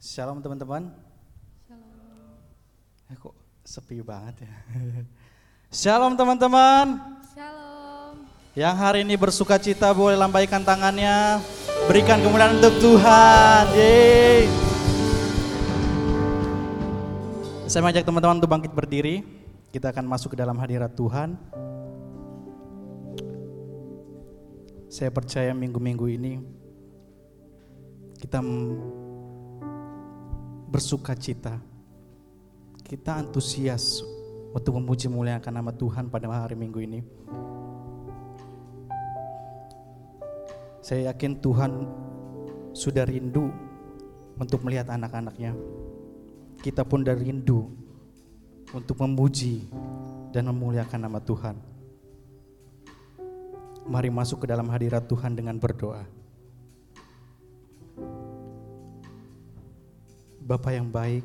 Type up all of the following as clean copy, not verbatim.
Shalom teman-teman. Shalom. Kok sepi banget ya. Shalom teman-teman. Shalom. Yang hari ini bersuka cita boleh lambaikan tangannya. Berikan kemuliaan untuk Tuhan. Yeay. Saya mengajak teman-teman untuk bangkit berdiri. Kita akan masuk ke dalam hadirat Tuhan. Saya percaya minggu-minggu ini kita bersuka cita, kita antusias untuk memuji muliakan nama Tuhan pada hari Minggu ini. Saya yakin Tuhan sudah rindu untuk melihat anak-anaknya. Kita pun sudah rindu untuk memuji dan memuliakan nama Tuhan. Mari masuk ke dalam hadirat Tuhan dengan berdoa. Bapa yang baik,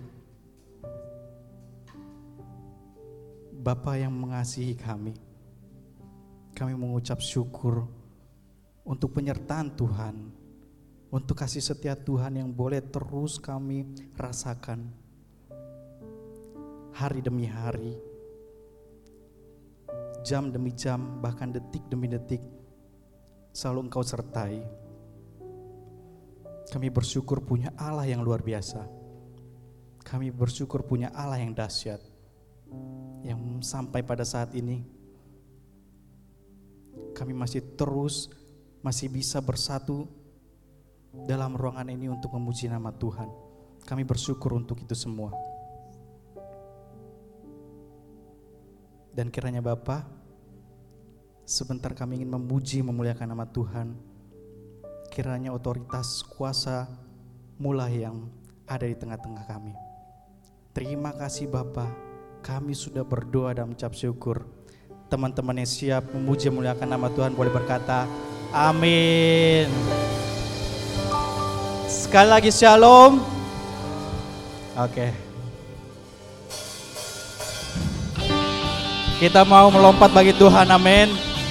Bapa yang mengasihi kami mengucap syukur untuk penyertaan Tuhan, untuk kasih setia Tuhan yang boleh terus kami rasakan hari demi hari, jam demi jam, bahkan detik demi detik, selalu Engkau sertai. Kami bersyukur punya Allah yang luar biasa. Kami bersyukur punya Allah yang dahsyat, yang sampai pada saat ini kami masih bisa bersatu dalam ruangan ini untuk memuji nama Tuhan. Kami bersyukur untuk itu semua. Dan kiranya Bapa, sebentar kami ingin memuji memuliakan nama Tuhan. Kiranya otoritas kuasa mulai yang ada di tengah-tengah kami. Terima kasih Bapa, kami sudah berdoa dan mengucap syukur. Teman-teman yang siap memuji memuliakan nama Tuhan boleh berkata amin. Sekali lagi shalom. Oke. Kita mau melompat bagi Tuhan, amin.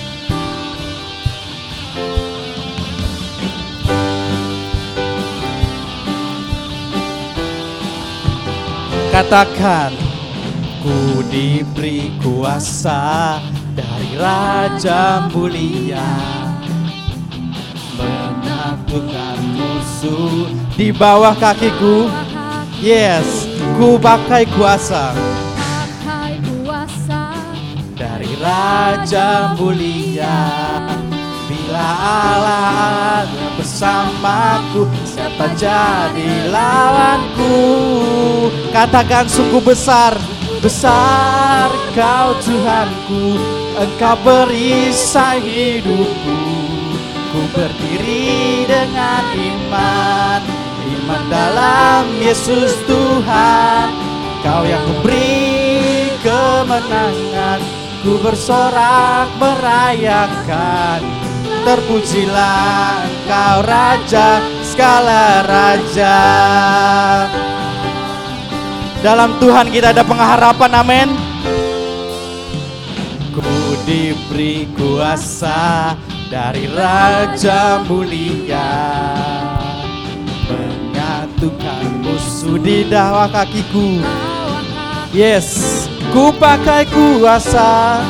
Katakan, ku diberi kuasa dari Raja mulia, menaklukkan musuh di bawah kakiku. Yes, ku pakai kuasa dari Raja mulia. Bila Allah ada bersamaku, siapa jadi lawanku? Katakan, sungguh besar, besar Kau Tuhanku, Engkau perisai hidupku. Ku berdiri dengan iman, iman dalam Yesus Tuhan. Kau yang memberi kemenangan, ku bersorak merayakan. Terpujilah Engkau Raja, segala raja. Dalam Tuhan kita ada pengharapan, amin. Ku diberi kuasa dari Raja mulia, menyatukan musuh di bawah kakiku. Yes, ku pakai kuasa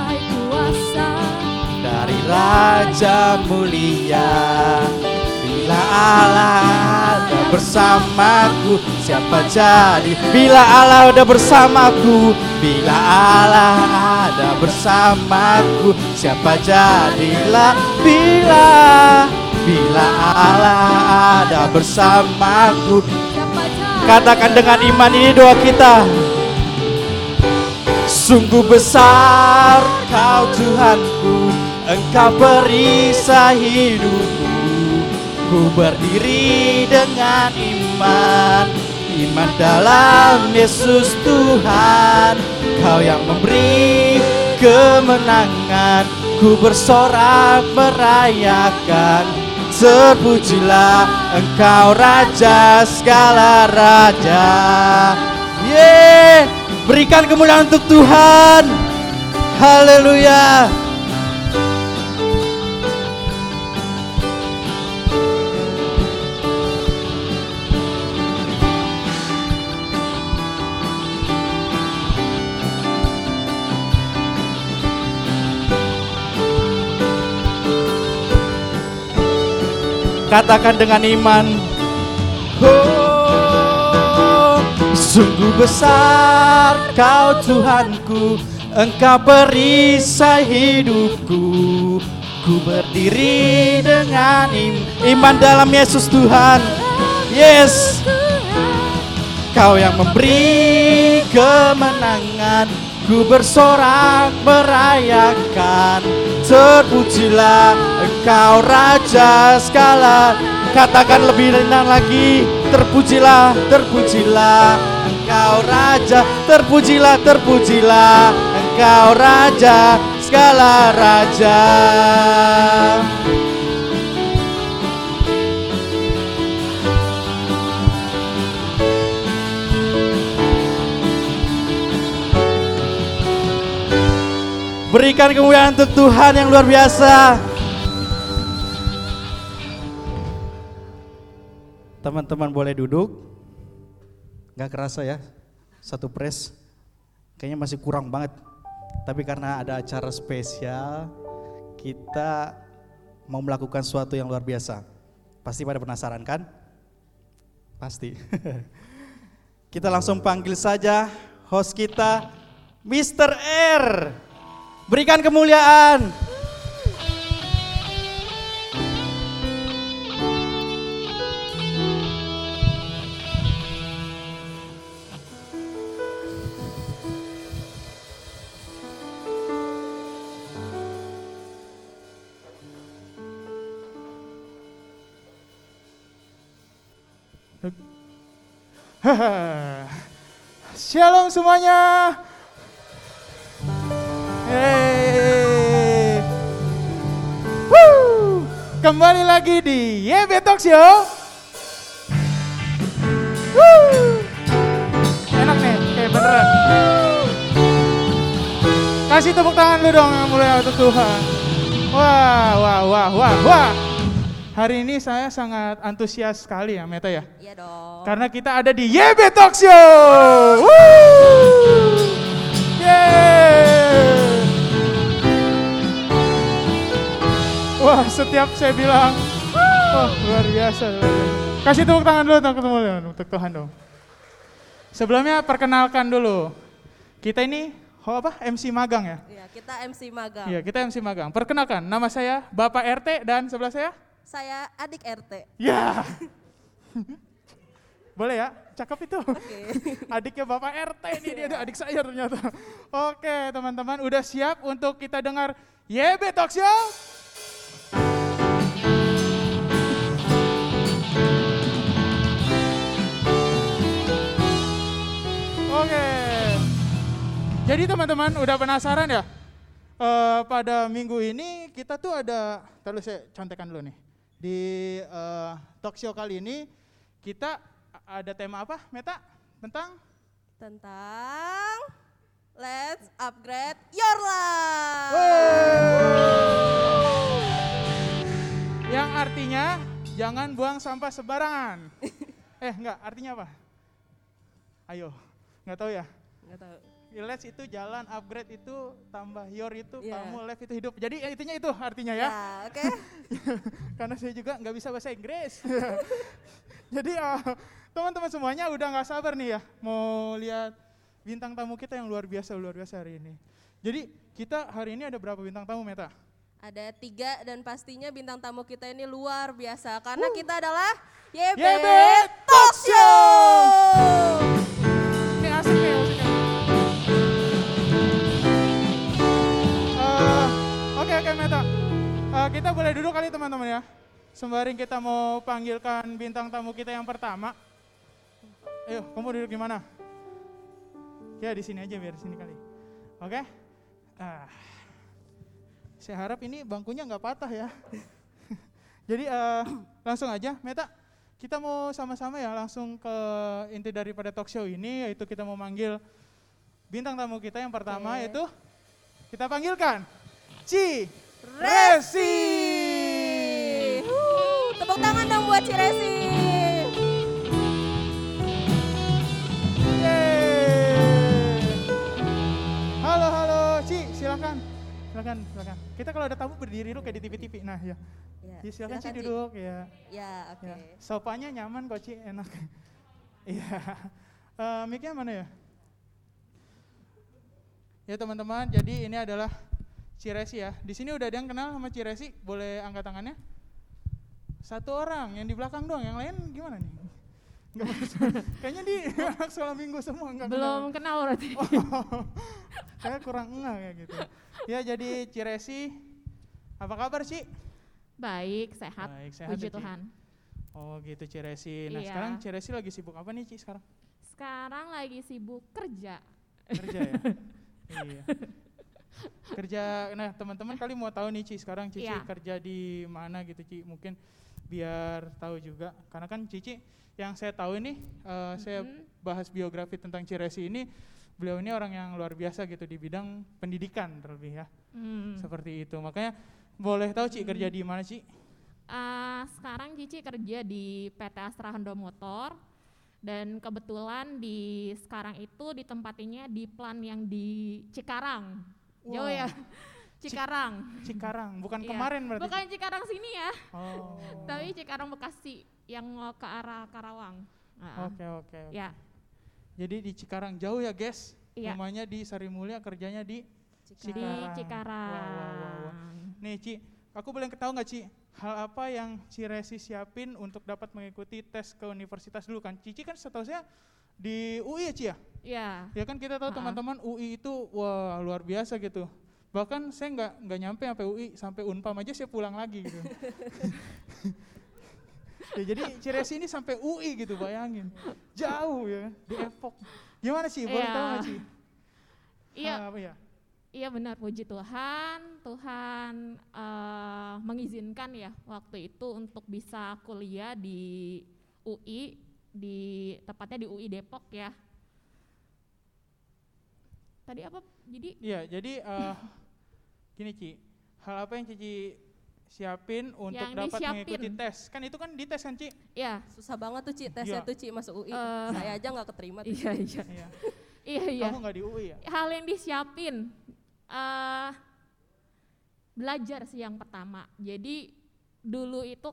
dari Raja mulia. Bila Allah ada bersamaku, siapa jadi? Bila Allah ada bersamaku, bila Allah ada bersamaku, siapa jadilah? Bila Allah ada bersamaku. Katakan dengan iman, ini doa kita. Sungguh besar Kau Tuhanku, Engkau perisai hidupku. Ku berdiri dengan iman, iman dalam Yesus Tuhan. Kau yang memberi kemenangan, ku bersorak merayakan. Terpujilah Engkau Raja, segala raja. Berikan kemuliaan untuk Tuhan. Haleluya. Katakan dengan iman. Oh, sungguh besar Kau Tuhanku, Engkau perisai hidupku. Ku berdiri dengan iman dalam Yesus Tuhan. Yes, Kau yang memberi kemenangan. Ku bersorak merayakan. Terpujilah Engkau Raja segala. Katakan lebih rendah lagi. Terpujilah, terpujilah Engkau Raja. Terpujilah, terpujilah Engkau Raja segala raja. Berikan kemuliaan untuk Tuhan yang luar biasa. Teman-teman boleh duduk. Gak kerasa ya, satu press. Kayaknya masih kurang banget. Tapi karena ada acara spesial, kita mau melakukan sesuatu yang luar biasa. Pasti pada penasaran kan? Pasti. Kita langsung panggil saja host kita, Mr. R. Berikan kemuliaan. Shalom semuanya. Hey. Woo. Kembali lagi di YB Talk Show. Woo. Enak nih, kayak beneran. Kasih tepuk tangan lu dong yang mulia untuk Tuhan. Wah. Hari ini saya sangat antusias sekali ya Meta ya. Iya dong. Karena kita ada di YB Talk Show. Woo! Yeay! Wah, setiap saya bilang, wah luar biasa. Kasih tepuk tangan dulu untuk Tuhan dong. Sebelumnya perkenalkan dulu. Kita ini MC magang ya? Iya, kita MC magang. Iya, kita MC magang. Perkenalkan, nama saya Bapak RT dan sebelah saya? Saya adik RT. Ya. Boleh ya? Cakep itu. Oke. Adiknya Bapak RT ini, dia ada adik saya ternyata. Oke, teman-teman udah siap untuk kita dengar YB Talk Show? Oke. Jadi teman-teman udah penasaran ya? Pada minggu ini kita tuh ada, terus saya contekan dulu nih. Di talk show kali ini kita ada tema apa, Meta? Tentang Let's Upgrade Your Life. Yang artinya jangan buang sampah sembarangan. Enggak, artinya apa? Ayo, enggak tahu ya? Enggak tahu. Let's itu jalan, upgrade itu tambah, your itu kamu, life itu hidup. Jadi intinya itu artinya ya. Oke. Karena saya juga nggak bisa bahasa Inggris. Jadi teman-teman semuanya udah nggak sabar nih ya mau lihat bintang tamu kita yang luar biasa hari ini. Jadi kita hari ini ada berapa bintang tamu, Meta? Ada 3 dan pastinya bintang tamu kita ini luar biasa karena kita adalah YB Talk Show. Ini asik nih musiknya. Oke Meta, kita boleh duduk kali teman-teman ya. Sembari kita mau panggilkan bintang tamu kita yang pertama. Ayo, kamu duduk di mana? Ya di sini aja, biar di sini kali. Oke? Saya harap ini bangkunya nggak patah ya. Jadi langsung aja, Meta. Kita mau sama-sama ya langsung ke inti daripada talk show ini, yaitu kita mau manggil bintang tamu kita yang pertama, yaitu kita panggilkan Ci Resi. Tepuk tangan dong buat Ci Resi. Halo Ci, silakan. silakan. Kita kalau ada tamu berdiri dulu kayak di TV-TV. Nah, ya. Ya, Ya, silakan Ci Ci. duduk ya. Ya, oke. Ya. Sofanya nyaman kok Ci, enak. Iya. Mic-nya mana ya? Ya teman-teman, jadi ini adalah Ciresi ya. Di sini udah ada yang kenal sama Ciresi? Boleh angkat tangannya? Satu orang, yang di belakang doang, yang lain gimana nih? Nggak masuk. Kayaknya di anak sekolah minggu semua nggak Belum kenal berarti. Saya kurang enggak kayak gitu. Ya jadi Ciresi, apa kabar Ci? Baik, sehat. Baik, sehat Puji ya, Ci? Tuhan. Oh gitu Ciresi. Nah Iya. sekarang Ciresi lagi sibuk apa nih Ci sekarang? Sekarang lagi sibuk kerja. Kerja ya? Iya. Kerja, nah teman-teman kali mau tahu nih Ci, sekarang Cici Iya. kerja di mana gitu Ci, mungkin biar tahu juga. Karena kan Cici yang saya tahu ini, saya bahas biografi tentang Ciresi ini, beliau ini orang yang luar biasa gitu di bidang pendidikan terlebih ya, seperti itu. Makanya boleh tahu Ci kerja di mana Ci? Sekarang Cici kerja di PT Astra Hendo Motor dan kebetulan di sekarang itu ditempatinya di plant yang di Cikarang. Jauh Wow. ya, Cikarang. Cikarang, bukan Iya. kemarin berarti? Bukan Cikarang sini ya, Oh. tapi Cikarang Bekasi yang mau ke arah Karawang. Oke. Ya, Jadi di Cikarang jauh ya guys, Iya. rumahnya di Sarimulya, kerjanya di di Cikarang. Cikarang. Wah. Nih Ci, aku boleh tahu nggak Ci, hal apa yang Ciresi siapin untuk dapat mengikuti tes ke universitas dulu kan? Cici kan setahu saya di UI ya Ci ya? Ya, Ya kan kita tahu teman-teman UI itu wah luar biasa gitu. Bahkan saya nggak nyampe sampai UI, sampai Unpam aja saya pulang lagi gitu. Ya, jadi Ciresi ini sampai UI gitu, bayangin. Jauh ya, di Depok. Gimana sih, boleh Iya. tahu nggak Ci? iya. Apa ya? Iya benar, puji Tuhan. Tuhan mengizinkan ya waktu itu untuk bisa kuliah di UI, tepatnya di UI Depok ya. Tadi apa? Jadi Iya, jadi gini Ci, hal apa yang Cici siapin untuk Yang dapat disiapin. mengikuti tes? Kan itu kan dites kan Ci? ya, Susah banget tuh Ci, tesnya Iya. tuh Ci masuk UI. Saya aja nggak keterima tuh. iya. Iya. Iya. Kamu nggak di UI ya? Hal yang disiapin belajar sih yang pertama. Jadi dulu itu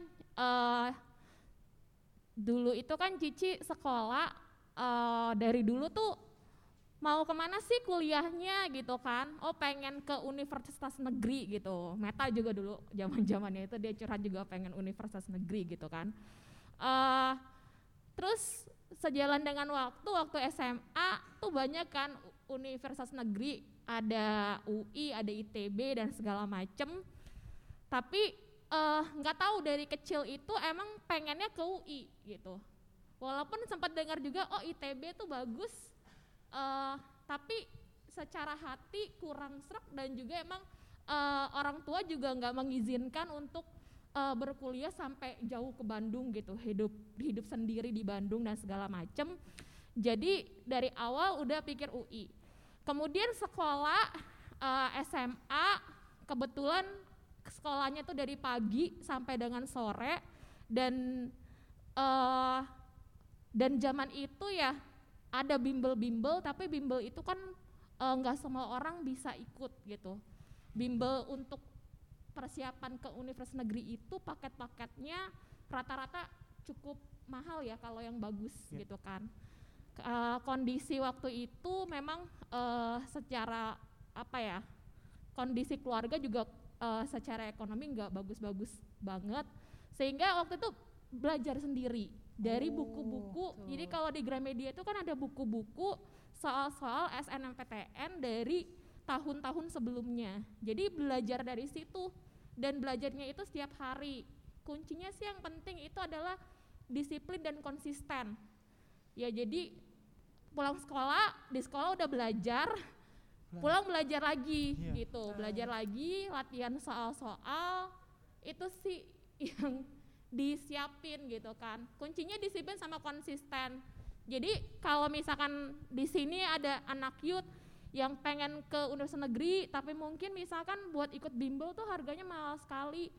kan Cici sekolah dari dulu tuh mau kemana sih kuliahnya gitu kan? Oh pengen ke universitas negeri gitu. Meta juga dulu zaman-zamannya itu dia curhat juga pengen universitas negeri gitu kan. Terus sejalan dengan waktu SMA tuh banyak kan universitas negeri, ada UI, ada ITB dan segala macem. Tapi nggak tahu dari kecil itu emang pengennya ke UI gitu. Walaupun sempat dengar juga oh ITB tuh bagus, tapi secara hati kurang srek dan juga emang orang tua juga nggak mengizinkan untuk berkuliah sampai jauh ke Bandung gitu, hidup sendiri di Bandung dan segala macem. Jadi dari awal udah pikir UI. Kemudian sekolah SMA, kebetulan sekolahnya tuh dari pagi sampai dengan sore dan zaman itu ya ada bimbel-bimbel, tapi bimbel itu kan nggak semua orang bisa ikut gitu. Bimbel untuk persiapan ke universitas negeri itu paket-paketnya rata-rata cukup mahal ya kalau yang bagus gitu kan. Kondisi waktu itu memang secara kondisi keluarga juga secara ekonomi nggak bagus-bagus banget, sehingga waktu itu belajar sendiri dari buku-buku. Jadi kalau di Gramedia itu kan ada buku-buku soal-soal SNMPTN dari tahun-tahun sebelumnya. Jadi belajar dari situ dan belajarnya itu setiap hari. Kuncinya sih yang penting itu adalah disiplin dan konsisten. Ya jadi pulang sekolah, di sekolah udah belajar, pulang belajar lagi gitu. Belajar lagi, latihan soal-soal, itu sih yang disiapin gitu kan. Kuncinya disiplin sama konsisten. Jadi kalau misalkan di sini ada anak youth yang pengen ke universitas negeri, tapi mungkin misalkan buat ikut bimbel tuh harganya mahal sekali.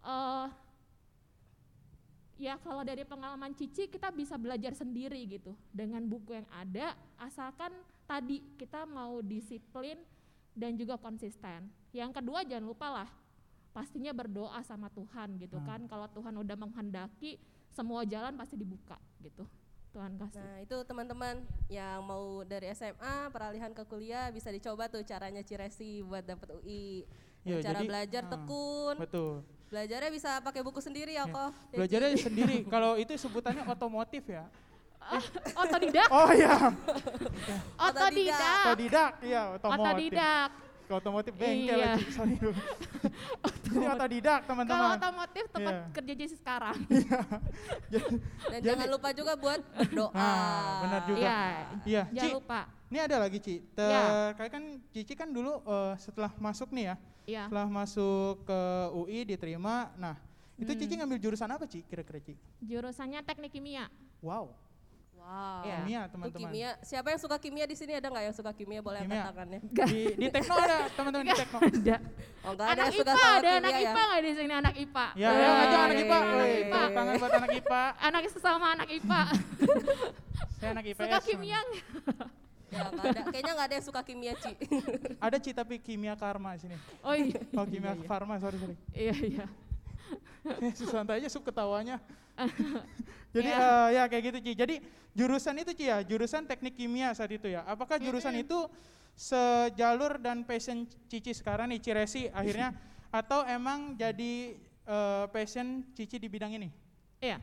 Ya kalau dari pengalaman Cici kita bisa belajar sendiri gitu dengan buku yang ada, asalkan tadi kita mau disiplin dan juga konsisten. Yang kedua jangan lupa lah pastinya berdoa sama Tuhan gitu kan. Kalau Tuhan udah menghendaki semua jalan pasti dibuka gitu. Tuhan kasih. Nah itu teman-teman yang mau dari SMA peralihan ke kuliah bisa dicoba tuh caranya Ciresi buat dapet UI. Iya, Cara jadi, belajar tekun, Betul. belajarnya bisa pakai buku sendiri ya kok. Belajarnya sendiri. Kalau itu sebutannya otomotif ya. Otodidak. Oh iya. Otodidak. Otodidak, iya otomotif. Otodidak. Ke otomotif bengkel Iya. aja, sorry. Jadi otodidak Kalau teman-teman. otomotif tempat Iya. kerja Jesse sekarang. Dan jangan lupa juga buat berdoa. Nah, benar juga. Iya. Iya, Jangan Ci, lupa. ini ada lagi Ci. Iya. Kayak kan Cici kan dulu setelah masuk nih ya, Iya. setelah masuk ke UI diterima. Nah, itu Hmm. Cici ngambil jurusan apa Ci kira-kira Ci? Jurusannya teknik kimia. Wow, Wow. Iya. kimia Tuh teman-teman. kimia. Siapa yang suka kimia di sini, ada nggak yang suka kimia? Boleh Kimia. angkat tangannya. Di Tekno ada teman-teman di Tekno. Ada. Oh enggak ada Anak yang suka IPA sama ada anak kimia ya? IPA nggak di sini anak IPA? Ya, ya ngajak anak IPA. Anak Woi, IPA. tepuk tangan buat anak IPA. Anak sesama anak IPA. Saya anak IPS. Suka kimia nggak? Ya nggak ada. Kayaknya nggak ada yang suka kimia Ci. Ada Ci tapi kimia karma di sini. Oh iya. Oh kimia farma, sorry. Iya iya. Santai aja suka ketawanya. Jadi Ya. ya kayak gitu Ci. Jadi jurusan itu Ci ya, jurusan teknik kimia saat itu ya. Apakah jurusan itu sejalur dan passion Cici sekarang nih Ciresi akhirnya atau emang jadi passion Cici di bidang ini? Iya.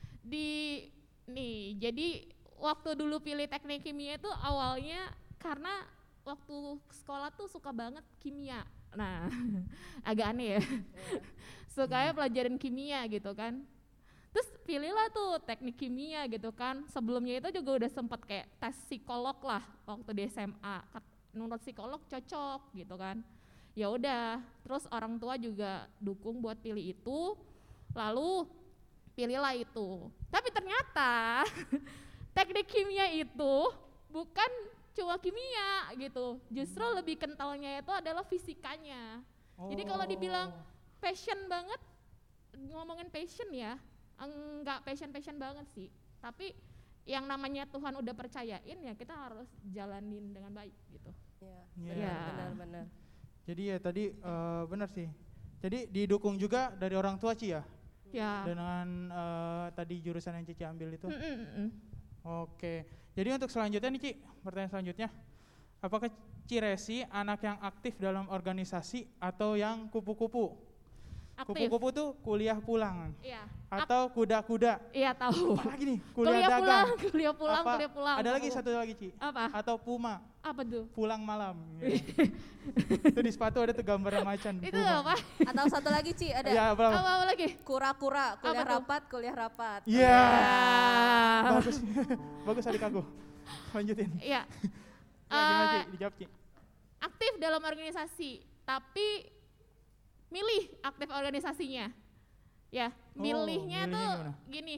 Jadi waktu dulu pilih teknik kimia itu awalnya karena waktu sekolah tuh suka banget kimia. Nah, agak aneh ya. Sukanya pelajaran kimia gitu kan. Terus pilihlah tuh teknik kimia gitu kan. Sebelumnya itu juga udah sempet kayak tes psikolog lah waktu di SMA. Menurut psikolog cocok gitu kan. Ya udah, terus orang tua juga dukung buat pilih itu. Lalu pilihlah itu. Tapi ternyata teknik kimia itu bukan cuma kimia gitu. Justru lebih kentalnya itu adalah fisikanya. Jadi kalau dibilang passion banget, ngomongin passion ya, enggak passion banget sih. Tapi yang namanya Tuhan udah percayain ya kita harus jalanin dengan baik gitu. Iya. Iya. Benar. Jadi ya tadi benar sih. Jadi didukung juga dari orang tua Ci ya? Ya. Dengan tadi jurusan yang Cici ambil itu? Mm-mm. Oke, jadi untuk selanjutnya nih Ci, pertanyaan selanjutnya. Apakah Ciresi anak yang aktif dalam organisasi atau yang kupu-kupu? Aktif. Kupu-kupu tuh kuliah pulang Iya. atau kuda-kuda? Iya tahu. Apa lagi nih? Kuliah dagang? kuliah pulang, Apa? kuliah pulang. Ada lagi satu lagi Ci, Apa? atau puma, Apa tuh? pulang malam. Gitu. Itu di sepatu ada tuh gambarnya macan. Itu puma. apa? Atau satu lagi Ci, ada Ya, apa? Apa lagi? kura-kura, kuliah Apa tuh? rapat, kuliah rapat. Iya, Ah. bagus, bagus adik aku. Lanjutin. Iya. Ya, gimana Ci? Dijawab Ci. Aktif dalam organisasi, tapi milih aktif organisasinya. Ya, milihnya milihnya tuh gimana? gini.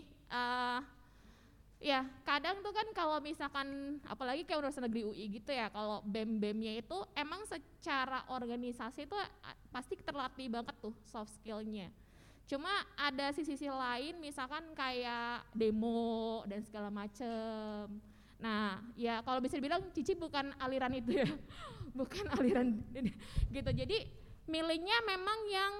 Ya, kadang tuh kan kalau misalkan apalagi kayak urusan negeri UI gitu ya, kalau BEM-BEM-nya itu emang secara organisasi itu pasti terlatih banget tuh soft skill-nya. Cuma ada sisi-sisi lain misalkan kayak demo dan segala macem. Nah, ya kalau bisa dibilang Cici bukan aliran itu ya. Bukan aliran gitu. Jadi milihnya memang yang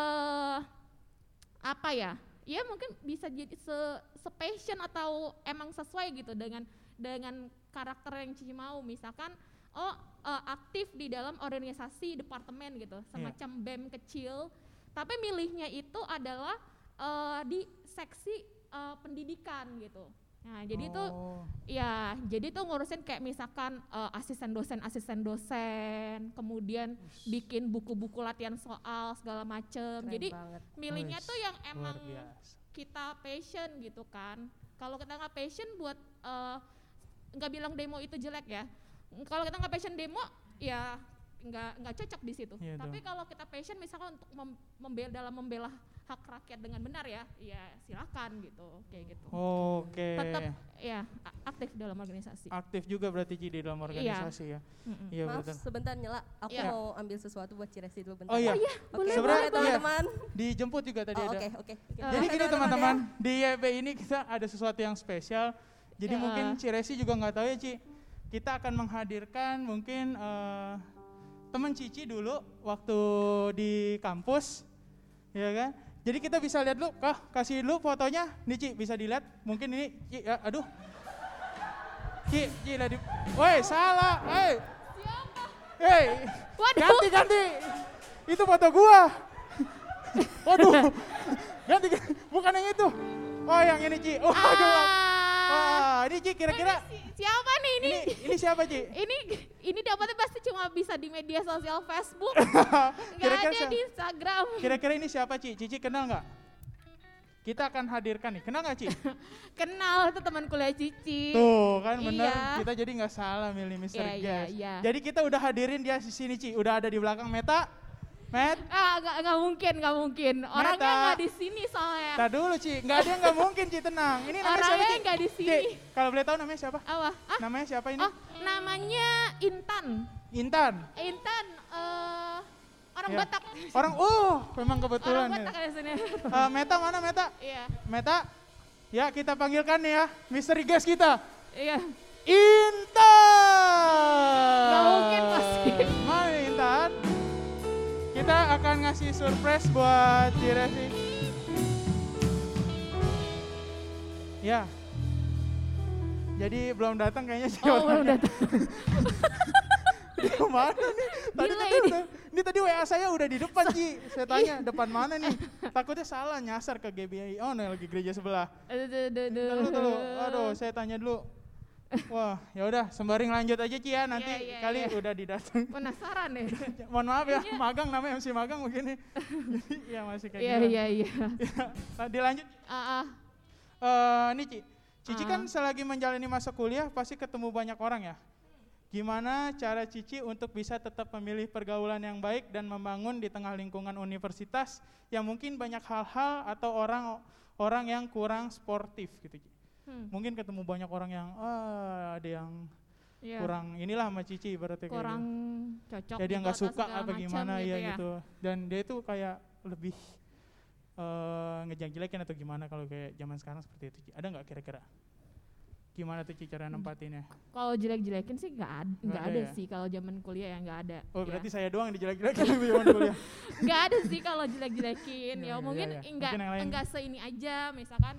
apa ya? Ya mungkin bisa jadi se-passion atau emang sesuai gitu dengan karakter yang Cici mau. Misalkan aktif di dalam organisasi departemen gitu, semacam BEM kecil. Tapi milihnya itu adalah di seksi pendidikan gitu. Nah, jadi itu ya, jadi tuh ngurusin kayak misalkan asisten dosen, kemudian bikin buku-buku latihan soal segala macem. Keren Jadi banget. milihnya tuh yang emang Luar biasa. kita passion gitu kan. Kalau kita nggak passion buat nggak bilang demo itu jelek ya. Kalau kita nggak passion demo ya nggak cocok di situ. Iya Tapi dong. kalau kita passion misalkan untuk membela hak rakyat dengan benar ya silakan gitu, kayak gitu. Oke. Tetap ya aktif dalam organisasi. Aktif juga berarti Ci di dalam organisasi ya. Mm-mm. Iya Maaf betul. sebentar Nyela, aku Iya. mau ambil sesuatu buat Ciresi dulu bentar. Oh iya. Oke, Sebenarnya boleh teman-teman. Dijemput juga tadi Oh, ada. oke. Jadi gini teman-teman, di YB ini kita ada sesuatu yang spesial. Jadi mungkin Ciresi juga nggak tahu ya Ci. Kita akan menghadirkan mungkin teman Cici dulu waktu di kampus, ya kan? Jadi kita bisa lihat dulu, kasih dulu fotonya, nih Ci, bisa dilihat. Mungkin ini, Ci, ya, aduh. Ci, woi salah, hei, ganti, itu foto gua. Waduh, ganti, bukan yang itu. Oh yang ini Ci, wah ini Ci kira-kira. Siapa nih ini? Ini siapa Ci? Ini dapatnya pasti cuma bisa di media sosial Facebook, nggak ada di Instagram. Kira-kira ini siapa Ci? Cici kenal nggak? Kita akan hadirkan nih, kenal nggak Ci? Kenal, itu teman kuliah Cici. Tuh kan bener, Iya. Kita jadi nggak salah milih Mr. Iya, Guest. iya. Jadi kita udah hadirin dia di sini Ci, udah ada di belakang Met. Nggak mungkin. Orangnya nggak di sini soalnya. Tar dulu Ci, nggak ada yang nggak mungkin Ci, tenang. Ini namanya siapa Orangnya Ci? nggak di sini. Ci, kalau boleh tahu namanya siapa? Apa? Namanya siapa ini? Oh, namanya Intan. Intan. Orang Ya. Batak. Memang kebetulan Orang nih. Batak ada sini. Meta mana Meta? Iya. Meta, ya kita panggilkan nih ya, misteri guest kita. Iya. Intan. Nggak mungkin pasti. Mana Intan? Kita akan ngasih surprise buat Ciresi. Ya. Jadi belum datang kayaknya sih. Belum datang. Dia kemana nih? Ini tadi WA saya udah di depan Ci. Saya tanya depan mana nih? Takutnya salah nyasar ke GBI. Oh, lagi gereja sebelah. Dulu. Aduh, saya tanya dulu. Wah, ya udah sembari lanjut aja Ci ya, nanti kali udah didatang. Penasaran deh. Mohon maaf ya, magang namanya MC magang begini. Jadi ya masih kayak Iya. Ya, dilanjut. Nih Cici kan selagi menjalani masa kuliah pasti ketemu banyak orang ya. Gimana cara Cici untuk bisa tetap memilih pergaulan yang baik dan membangun di tengah lingkungan universitas yang mungkin banyak hal-hal atau orang yang kurang sportif gitu Ci. Mungkin ketemu banyak orang yang ada yang kurang inilah sama Cici berarti kurang kayak cocok. jadi nggak suka apa gimana gitu ya gitu. Dan dia itu kayak lebih ngejelekin atau gimana kalau kayak zaman sekarang seperti itu Ci. Ada nggak kira-kira? Gimana tuh Ci cara nempatinnya? Kalau jelek-jelekin sih nggak ada ya? sih kalau zaman kuliah yang nggak ada. Oh ya. berarti saya doang yang dijelek-jelekin di zaman kuliah. Nggak ada sih kalau jelek-jelekin. Ya mungkin enggak seini aja. Misalkan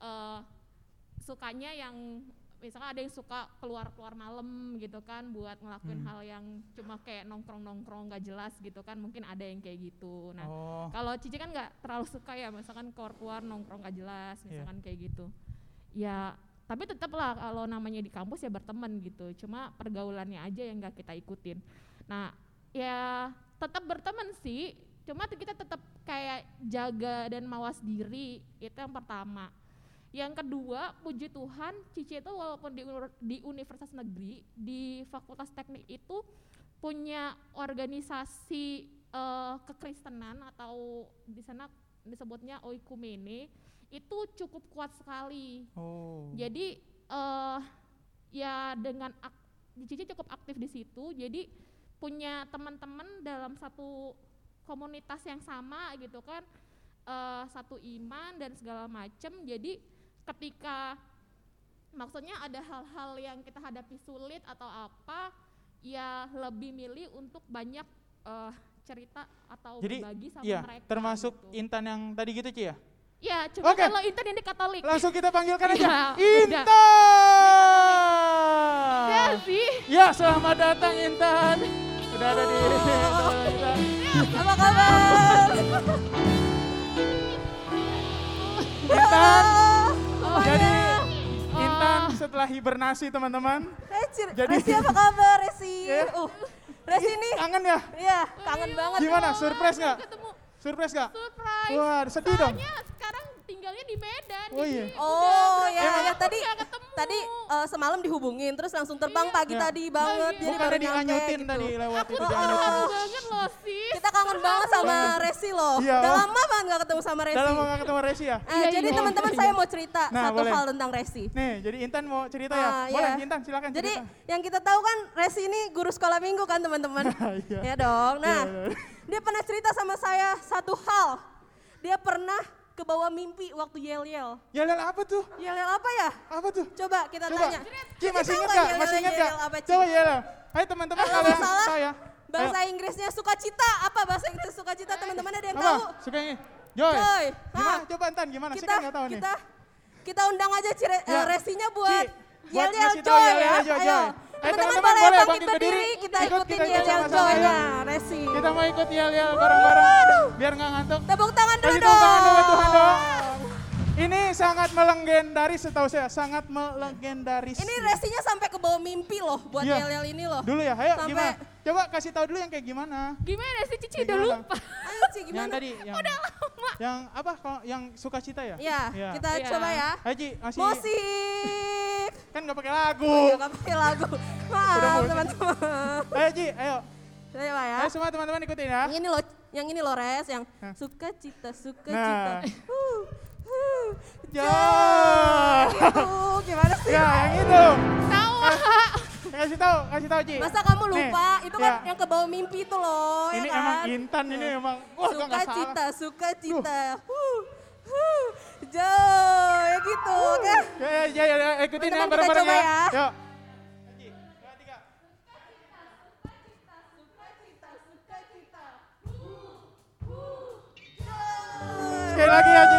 sukanya yang misalkan ada yang suka keluar malam gitu kan buat ngelakuin hal yang cuma kayak nongkrong nggak jelas gitu kan, mungkin ada yang kayak gitu. Nah kalau Cici kan nggak terlalu suka ya misalkan keluar nongkrong nggak jelas misalkan kayak gitu ya, tapi tetap lah kalau namanya di kampus ya berteman gitu, cuma pergaulannya aja yang nggak kita ikutin. Nah ya tetap berteman sih, cuma kita tetap kayak jaga dan mawas diri, itu yang pertama. Yang kedua, puji Tuhan, Cici itu walaupun di universitas negeri, di fakultas teknik itu punya organisasi kekristenan atau di sana disebutnya oikumene, itu cukup kuat sekali. Jadi ya dengan Cici cukup aktif di situ, jadi punya teman-teman dalam satu komunitas yang sama gitu kan, satu iman dan segala macam. Jadi ketika maksudnya ada hal-hal yang kita hadapi sulit atau apa, ya lebih milih untuk banyak cerita atau berbagi sama mereka. Termasuk gitu. Intan yang tadi gitu Ci ya? Ya, cuma kalau Intan yang di Katolik. Langsung kita panggilkan aja. Intan! Ya sih. Ya, selamat datang Intan. Udah ada di Apa kabar? Intan. Jadi Intan setelah hibernasi teman-teman. Resi apa kabar Resi? Resi nih. Kangen ya? Iya, kangen banget. Gimana? Surprise nggak? Ketemu. Surprise nggak? Surprise. Wah, sedih dong. Soalnya sekarang tinggalnya di Medan. Oh iya. Oh ya, ketemu. tadi semalam dihubungin terus langsung terbang pagi Iya. tadi banget. Jadi Bukannya baru nyampe dianyutin gitu. tadi lewat Aku itu tuh dianyutin. kangen banget loh sis. Kita kangen banget sama Resi loh. Iya, Udah oh. lama banget gak ketemu sama Resi. Dalam nggak ketemu Resi ya? Jadi teman-teman saya mau cerita Nah, satu boleh. hal tentang Resi. Nih, jadi Intan mau cerita ya? Boleh Iya. Intan, silakan Jadi cerita. yang kita tahu kan Resi ini guru sekolah minggu kan teman-teman. Iya. Ya dong. Nah, Iya. dia pernah cerita sama saya satu hal. Dia pernah kebawa mimpi waktu yel-yel. Yel-yel apa tuh? Yel-yel apa ya? Apa tuh? Coba kita Coba. tanya. Ci masih tahu inget nggak gak? Masih inget gak? yel-yel apa, Ci? Coba yel. Ayo teman-teman Kalau kalian salah, tahu ya. Bahasa Inggrisnya sukacita. Apa bahasa Inggris sukacita? Teman-teman ada yang Apa? tahu? Suka ini? Joy. Joy. Gimana? Hah? Coba Intan gimana? Saya Kita kan nggak tahu nih. kita undang aja Ya. resinya buat Ci, buat yel-yel ngasih tahu Joy yel-yel ya. Joy, Ayo. Joy. Teman-teman teman-teman boleh boleh bangkit berdiri, kita ikutin yel-yel sama-sama Joy. ya. Nah, resi. Kita mau ikut yel-yel bareng-bareng biar nggak ngantuk. Tepuk tangan dulu Kasih tepuk tangan dulu buat dong. Tuhan dong. Ini sangat melegendaris setahu saya, sangat melegendaris. Ini resinya sampai ke bawah mimpi loh buat Iya. yel-yel ini loh. Dulu ya, ayo Sampai- gimana? Coba kasih tahu dulu yang kayak gimana. Gimana sih Cici Kayak udah gimana? lupa. Ayo Ci, Yang gimana? tadi, yang apa? Kalau yang sukacita ya? Ya, Iya. kita Iya. coba ya. Ayo Ci, masih Musik. kan nggak pakai lagu. Oh, nggak pakai lagu. Maaf musik. teman-teman. Ayo Ci, ayo. Coba ya. Ayo semua teman-teman ikutin ya. Yang ini loh Res, yang Hah? sukacita. Nah. Ya. Ya. Gimana sih? Ya, yang itu. Tahu. Kasih tahu Ci. Masa kamu Nih, lupa? Itu kan ya. yang ke bawah mimpi itu loh, Ini ya kan? emang Intan ini emang wah gua nggak salah. Sukacita. Joy, ya gitu, oke? Ya, ikutin ya Teman-teman, kita bareng-bareng coba ya. ya. Yuk. Sekali lagi ya, Ci.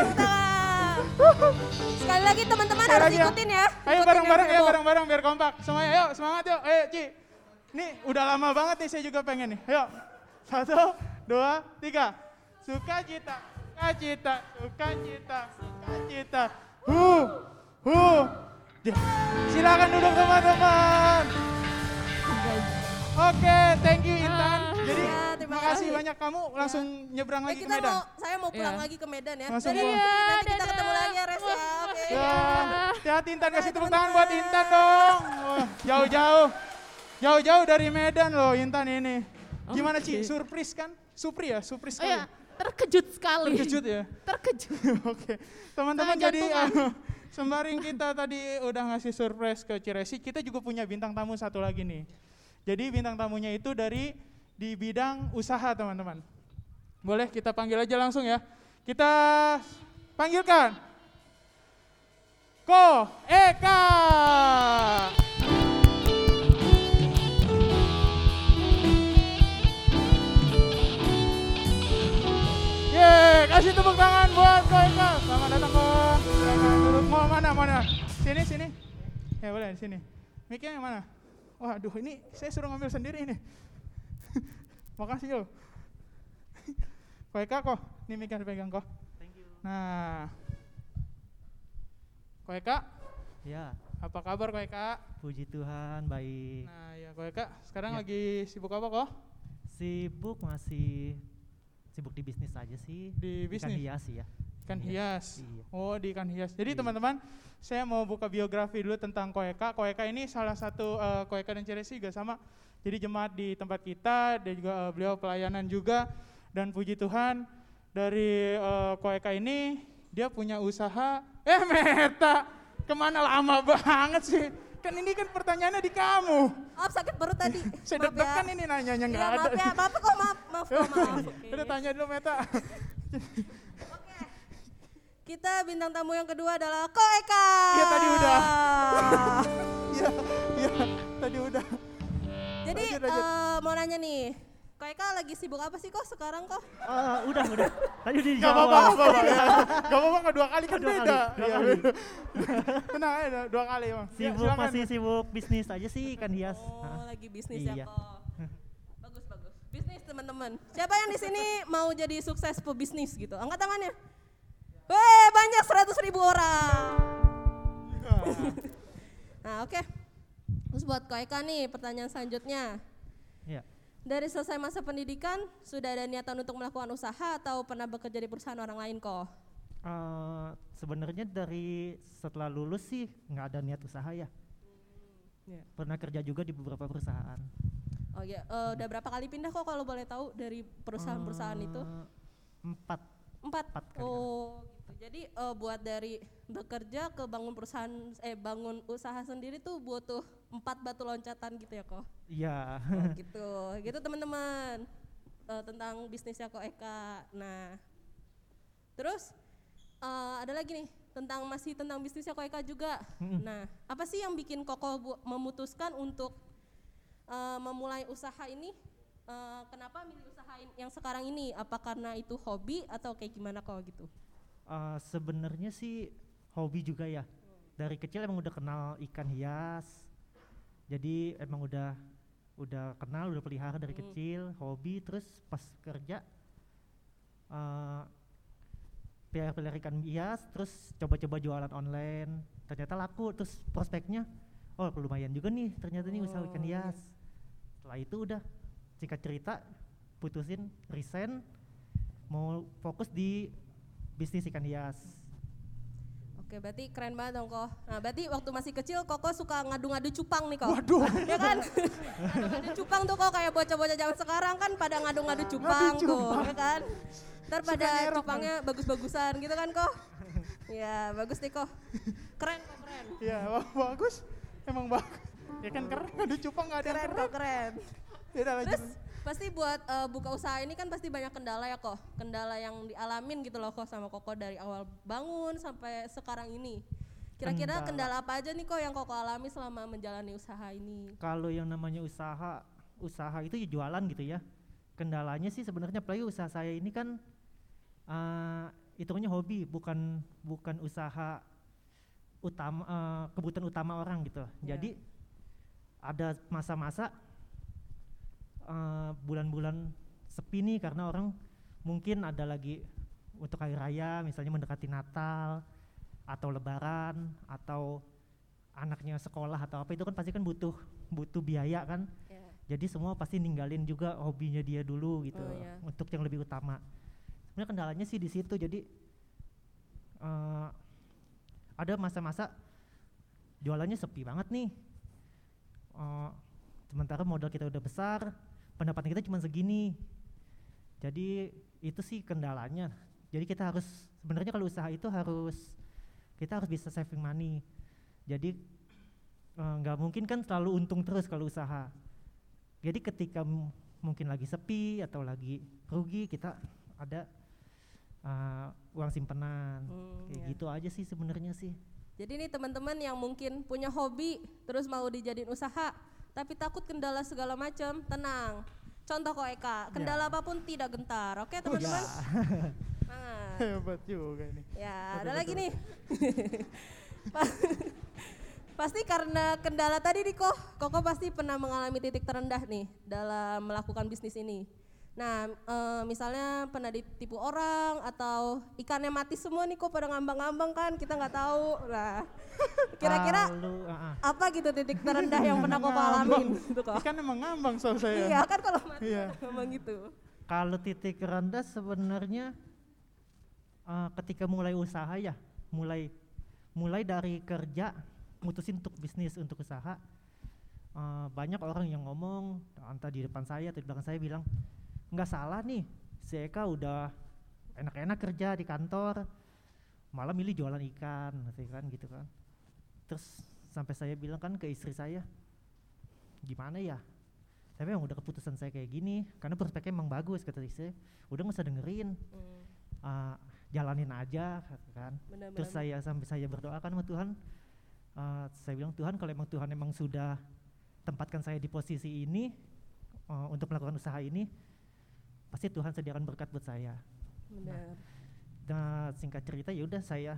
Sekali lagi teman-teman Sekali harus lagi ya. ikutin ya. Ayo Ikutin bareng-bareng yang ya, heboh. bareng-bareng biar kompak. Semuanya ayo, semangat yuk. Ayo, Ci. Ini udah lama banget nih saya juga pengen nih. Ayo. 1, 2, 3. Sukacita, sukacita, sukacita, sukacita. Ya. Silakan duduk teman-teman. Oke, thank you Intan. Jadi Ya, terima makasih kasih. banyak kamu langsung nyebrang lagi ke Kita Medan. saya mau pulang Iya. lagi ke Medan ya. Langsung Jadi pulang. nanti kita Dadah. ketemu lagi ya Res ya. Oke. Ya, hati-hati Intan, kasih Bye, tepuk tangan buat teman-teman. Intan dong. Wah, jauh-jauh. Jauh-jauh dari Medan loh Intan ini. Gimana Ci? Oke. Surprise kan? Supri ya? Surprise Oh sekali. ya, terkejut sekali. Terkejut ya? Terkejut. Oke. Teman-teman Setengah jadi jantungan. sembaring kita tadi udah ngasih surprise ke Ciresi, kita juga punya bintang tamu satu lagi nih. Jadi bintang tamunya itu di bidang usaha teman-teman. Boleh kita panggil aja langsung ya. Kita panggilkan Ko Eka. Yeay, kasih tepuk tangan buat Ko Eka. Selamat datang Ko. Silakan duduk. Mau mana? Sini. Ya boleh di sini. Mic-nya yang mana? Waduh, ini saya suruh ngambil sendiri ini. Makasih loh. Ko Eka kok, ini mic-nya dipegang kok. Thank you. Nah, Ko Eka, Ya, apa kabar Ko Eka? puji Tuhan baik. Nah ya Ko Eka, sekarang Ya. lagi sibuk apa kok? Masih sibuk di bisnis aja sih. Di Ikan bisnis? hias sih ya. Ikan hias. Iya. Oh di ikan hias. Jadi Iya. teman-teman, saya mau buka biografi dulu tentang Ko Eka. Ko Eka ini salah satu, Ko Eka dan Ciresi juga sama. Jadi jemaat di tempat kita, dan juga beliau pelayanan juga. Dan puji Tuhan, dari Ko Eka ini, dia punya usaha. Meta, kemana lama banget sih? Kan ini kan pertanyaannya di kamu. Maaf sakit perut tadi. Saya Maaf deg-degan ya. ini nanyanya nggak Iya, ada. maaf ya, maaf kok maaf kok maaf. Oke. Udah tanya dulu Meta. Oke. Kita bintang tamu yang kedua adalah Ko Eka. Iya, tadi udah. Iya, tadi udah. Jadi Lanjut. mau nanya nih, Ko Eka lagi sibuk apa sih kok sekarang kok? Udah. Tadi udah Gak dijawab. apa-apa, gak apa-apa, nggak 2 kali kan Dua beda. kali, dua Iya, kali. beda. Tenang aja, 2 kali Bang. Ya, Sibuk silakan. masih sibuk bisnis aja sih ikan hias. Oh, Hah? lagi bisnis Iya. ya kok. Bagus. Bisnis teman-teman. Siapa yang di sini mau jadi sukses pebisnis gitu? Angkat tangannya. Weh, banyak 100.000 orang. Nah, oke. Terus buat Ko Eka nih, pertanyaan selanjutnya. Iya. Dari selesai masa pendidikan, sudah ada niatan untuk melakukan usaha atau pernah bekerja di perusahaan orang lain kok? Sebenarnya dari setelah lulus sih nggak ada niat usaha ya. Iya. Pernah kerja juga di beberapa perusahaan. Oh ya, udah berapa kali pindah kok kalau boleh tahu dari perusahaan-perusahaan itu? 4. 4. kali. Oh, gitu. Jadi buat dari bekerja ke bangun perusahaan, bangun usaha sendiri tuh butuh 4 batu loncatan gitu ya kok? Iya. Oh, gitu teman-teman. Tentang bisnisnya Ko Eka. Nah, terus ada lagi nih masih tentang bisnisnya Ko Eka juga. Nah, apa sih yang bikin Koko memutuskan untuk memulai usaha ini kenapa milih usahain yang sekarang ini? Apa karena itu hobi atau kayak gimana kok gitu? Sebenarnya sih hobi juga ya. Dari kecil emang udah kenal ikan hias. Jadi emang udah kenal, udah pelihara dari kecil, hobi. Terus pas kerja pelihara ikan hias, terus coba-coba jualan online. Ternyata laku, terus prospeknya lumayan juga nih ternyata nih usaha ikan hias. Setelah itu udah singkat cerita putusin, resign, mau fokus di bisnis ikan hias. Oke, berarti keren banget dong Kok. Nah, berarti waktu masih kecil Koko suka ngadu-ngadu cupang nih Kok. Waduh. Ya kan? Ngadu-ngadu cupang tuh Kok, kayak bocah-bocah zaman sekarang kan pada ngadu-ngadu cupang tuh, ya kan? Ntar pada cupangnya bagus-bagusan gitu kan Kok. Ya, bagus nih Kok. Keren Kok, keren. Ya, bagus. Emang bagus. Ya kan keren, ada cupang nggak ada yang Keren Kok, keren. Yaudah, lanjut. Terus pasti buat buka usaha ini kan pasti banyak kendala ya Kok. Kendala yang dialamin gitu loh Kok sama Koko dari awal bangun sampai sekarang ini. Kira-kira kendala apa aja nih Kok yang Koko alami selama menjalani usaha ini? Kalau yang namanya usaha itu ya jualan gitu ya. Kendalanya sih sebenarnya apalagi usaha saya ini kan hitungannya hobi, bukan usaha utama, kebutuhan utama orang gitu. Jadi ada masa-masa bulan-bulan sepi nih karena orang mungkin ada lagi untuk hari raya, misalnya mendekati Natal atau Lebaran atau anaknya sekolah atau apa, itu kan pasti kan butuh biaya kan. Jadi semua pasti ninggalin juga hobinya dia dulu gitu untuk yang lebih utama. Sebenarnya kendalanya sih di situ. Jadi ada masa-masa jualannya sepi banget nih. Sementara modal kita udah besar, pendapatan kita cuma segini. Jadi itu sih kendalanya. Jadi kita harus, sebenarnya kalau usaha itu kita harus bisa saving money. Jadi nggak mungkin kan selalu untung terus kalau usaha. Jadi ketika mungkin lagi sepi atau lagi rugi, kita ada uang simpenan. Kayak gitu aja sih sebenarnya sih. Jadi nih teman-teman yang mungkin punya hobi terus mau dijadiin usaha tapi takut kendala segala macam, tenang. Contoh Ko Eka, kendala apapun tidak gentar. Oke teman-teman? Hebat juga ini. Ya, ada lagi nih. Pasti karena kendala tadi nih Koko pasti pernah mengalami titik terendah nih dalam melakukan bisnis ini. Nah, misalnya pernah ditipu orang atau ikannya mati semua nih pada ngambang-ngambang kan, kita nggak tahu. Nah, kira-kira apa gitu titik terendah yang pernah Koko alamin gitu Kok? Ikan emang ngambang sama saya. Iya kan kalau mati ngambang gitu. Kalau titik rendah sebenarnya ketika mulai usaha ya, mulai dari kerja mutusin untuk bisnis, untuk usaha, banyak orang yang ngomong entah di depan saya atau di belakang saya bilang, nggak salah nih, si Eka udah enak-enak kerja di kantor, malah milih jualan ikan, gitu kan. Terus sampai saya bilang kan ke istri saya, gimana ya? Tapi emang udah keputusan saya kayak gini, karena prospeknya emang bagus, kata istri. Udah nggak usah dengerin, jalanin aja, kan. Bener-bener. Terus saya berdoa kan sama Tuhan, saya bilang Tuhan kalau emang Tuhan emang sudah tempatkan saya di posisi ini untuk melakukan usaha ini, pasti Tuhan sediakan berkat buat saya. Benar. Nah, singkat cerita ya udah saya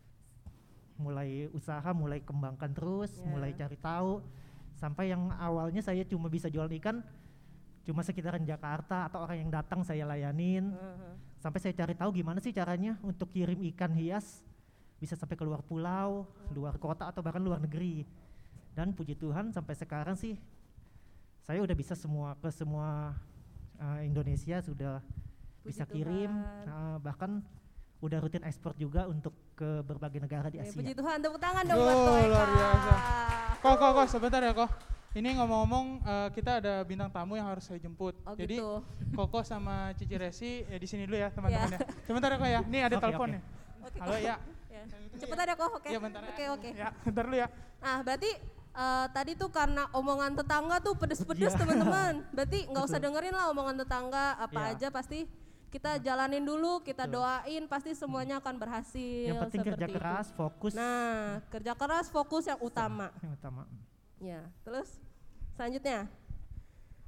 mulai usaha, mulai kembangkan terus, mulai cari tahu, sampai yang awalnya saya cuma bisa jualan ikan cuma sekitaran Jakarta atau orang yang datang saya layanin, sampai saya cari tahu gimana sih caranya untuk kirim ikan hias bisa sampai ke luar pulau, luar kota atau bahkan luar negeri. Dan puji Tuhan sampai sekarang sih saya udah bisa ke semua Indonesia sudah Puji bisa kirim, bahkan udah rutin ekspor juga untuk ke berbagai negara di Asia. Puji Tuhan, tepuk tangan dong buat Ko Eka. Luar biasa. Kok, sebentar ya Kok. Ini ngomong-ngomong kita ada bintang tamu yang harus saya jemput. Jadi gitu. Koko sama Cici Resi di sini dulu ya teman-teman ya. Sebentar ya Kok ya. Nih ada telepon nih. Halo ya. Cepetan ya Kok, oke. Iya bentar. Oke. Ya, bentar dulu ya. Nah, berarti tadi tuh karena omongan tetangga tuh pedes-pedes teman-teman. Berarti nggak usah dengerin lah omongan tetangga apa aja, pasti kita jalanin dulu, kita doain, pasti semuanya akan berhasil. Yang penting kerja keras, fokus. Nah, kerja keras, fokus yang utama. Yang utama. Ya, terus selanjutnya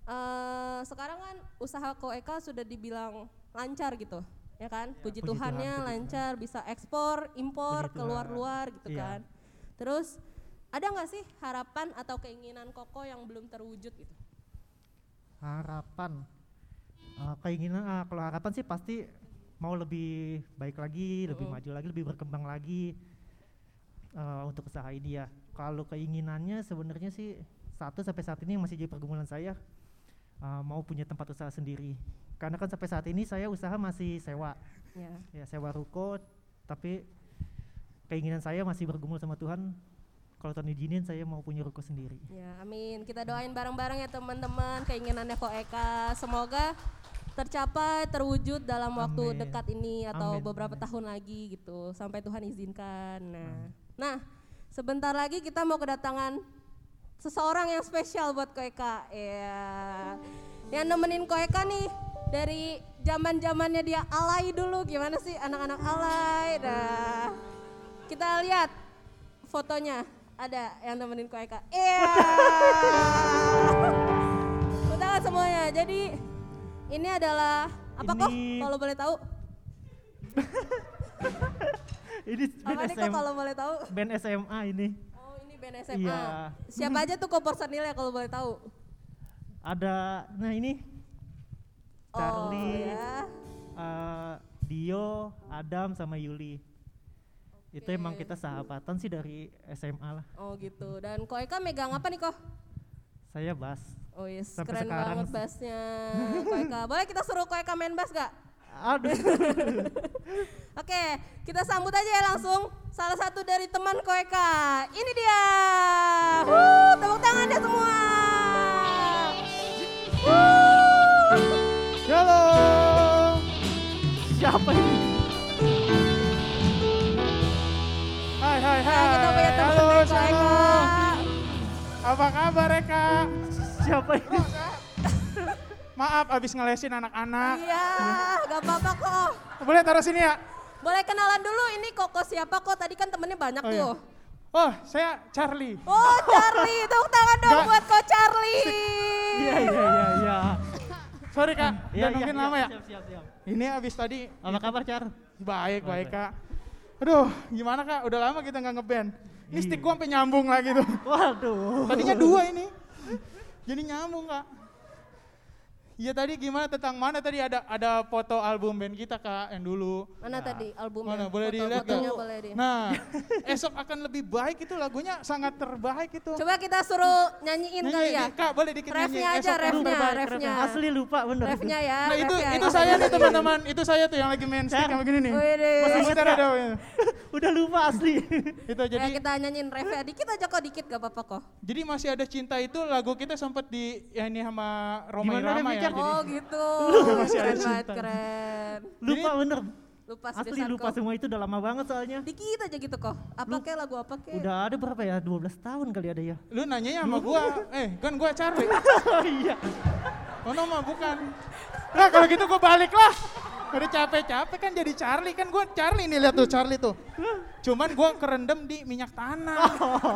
sekarang kan usaha Koeka sudah dibilang lancar gitu, ya kan? Puji puji Tuhannya Tuhan, puji lancar, bisa ekspor, impor, Puji keluar Tuhan. luar gitu Iya. kan. Terus ada nggak sih harapan atau keinginan Koko yang belum terwujud gitu? Harapan, keinginan, kalau harapan sih pasti mau lebih baik lagi, lebih maju lagi, lebih berkembang lagi untuk usaha ini ya. Kalau keinginannya sebenarnya sih sampai saat ini yang masih jadi pergumulan saya, mau punya tempat usaha sendiri. Karena kan sampai saat ini saya usaha masih sewa, Ya. ya sewa ruko, tapi keinginan saya masih bergumul sama Tuhan. Kalau Tuhan izinin saya mau punya ruko sendiri. Ya, amin. Kita doain bareng-bareng ya teman-teman keinginannya Koeka. Semoga tercapai, terwujud dalam waktu Amin. dekat ini atau Amin, beberapa amin. tahun lagi gitu, sampai Tuhan izinkan. Nah, sebentar lagi kita mau kedatangan seseorang yang spesial buat Koeka. Ya. Yang nemenin Koeka nih dari zaman-zamannya dia alay dulu, gimana sih anak-anak alay. Nah, kita lihat fotonya. Ada yang nemenin Koeka. Iya. Udah semuanya. Jadi ini adalah apa kok Ini- kalau boleh tahu? Ini Apa band nih kok kalau boleh tahu? band SMA ini. Oh, ini band SMA. Iya. Siapa aja tuh personilnya kalau boleh tahu? Ada, nah ini Charlie, Oh, ya. Dio, Adam sama Yuli. Itu emang kita sahabatan sih dari SMA lah. Oh gitu. Dan Koeka megang apa nih kok? Saya bass. Oh yes, Sampai keren sekarang banget sih. bassnya Koeka. Boleh kita suruh Koeka main bass gak? Aduh. Oke, kita sambut aja ya langsung salah satu dari teman Koeka. Ini dia. Tepuk tangan ya semua. Halo. Siapa ini? Hai hai hai. Nah, kita punya teman Halo, dari Koeka. shalom. Apa kabar Eka? Siapa ini? Maaf abis ngelesin anak-anak. Iya, gak apa-apa kok. Boleh taruh sini ya? Boleh kenalan dulu ini Koko siapa kok? Tadi kan temennya banyak Oh, iya. tuh. Oh, saya Charlie. Oh Charlie, tepuk tangan dong Nggak. buat Ko Charlie. Iya. Sorry Kak, Iya, udah nungguin lama ya? Siap. Ini abis tadi. Apa kabar, Char? Baik, Baik. Kak. Aduh, gimana Kak? Udah lama kita nggak ngeband. Ini Iya. stick gua sampai nyambung lagi tuh. Waduh. Tadinya 2 ini. Jadi nyambung Kak. Iya tadi gimana tentang mana tadi ada foto album band kita Kak yang dulu. Mana tadi albumnya? Mana boleh dilihat Fotonya nggak? boleh di. Nah, esok akan lebih baik itu lagunya sangat terbaik itu. Coba kita suruh nyanyiin kali ya. Kak boleh dikit nyanyi. Refnya aja, Esok refnya, terbaik. refnya. Asli lupa bener. Refnya ya. Nah itu refnya itu ya. saya nih teman-teman, itu saya tuh yang lagi main stick yang begini nih. Widih. Masih ingat ada. Udah lupa asli. Itu Ya, jadi kita nyanyiin refnya dikit aja kok, dikit gak apa-apa kok. jadi masih ada cinta itu lagu kita sempat di ya ini sama Roma Gimana Irama dia ya. mikir? Jadi Oh gitu. Masih ada Keren banget, cinta. keren. Lupa bener. Lupa Asli seriusan lupa kok. semua itu udah lama banget soalnya. Dikit aja gitu kok. Apa kek lagu apa kek? Udah ada berapa ya? 12 tahun kali ada ya. lu nanyanya sama gua, kan gua Charlie. Oh iya. Oh no mah bukan. Nah kalau gitu gua balik lah. Udah capek-capek kan jadi Charlie, kan gua Charlie nih, lihat tuh Charlie tuh. Cuman gua kerendam di minyak tanah.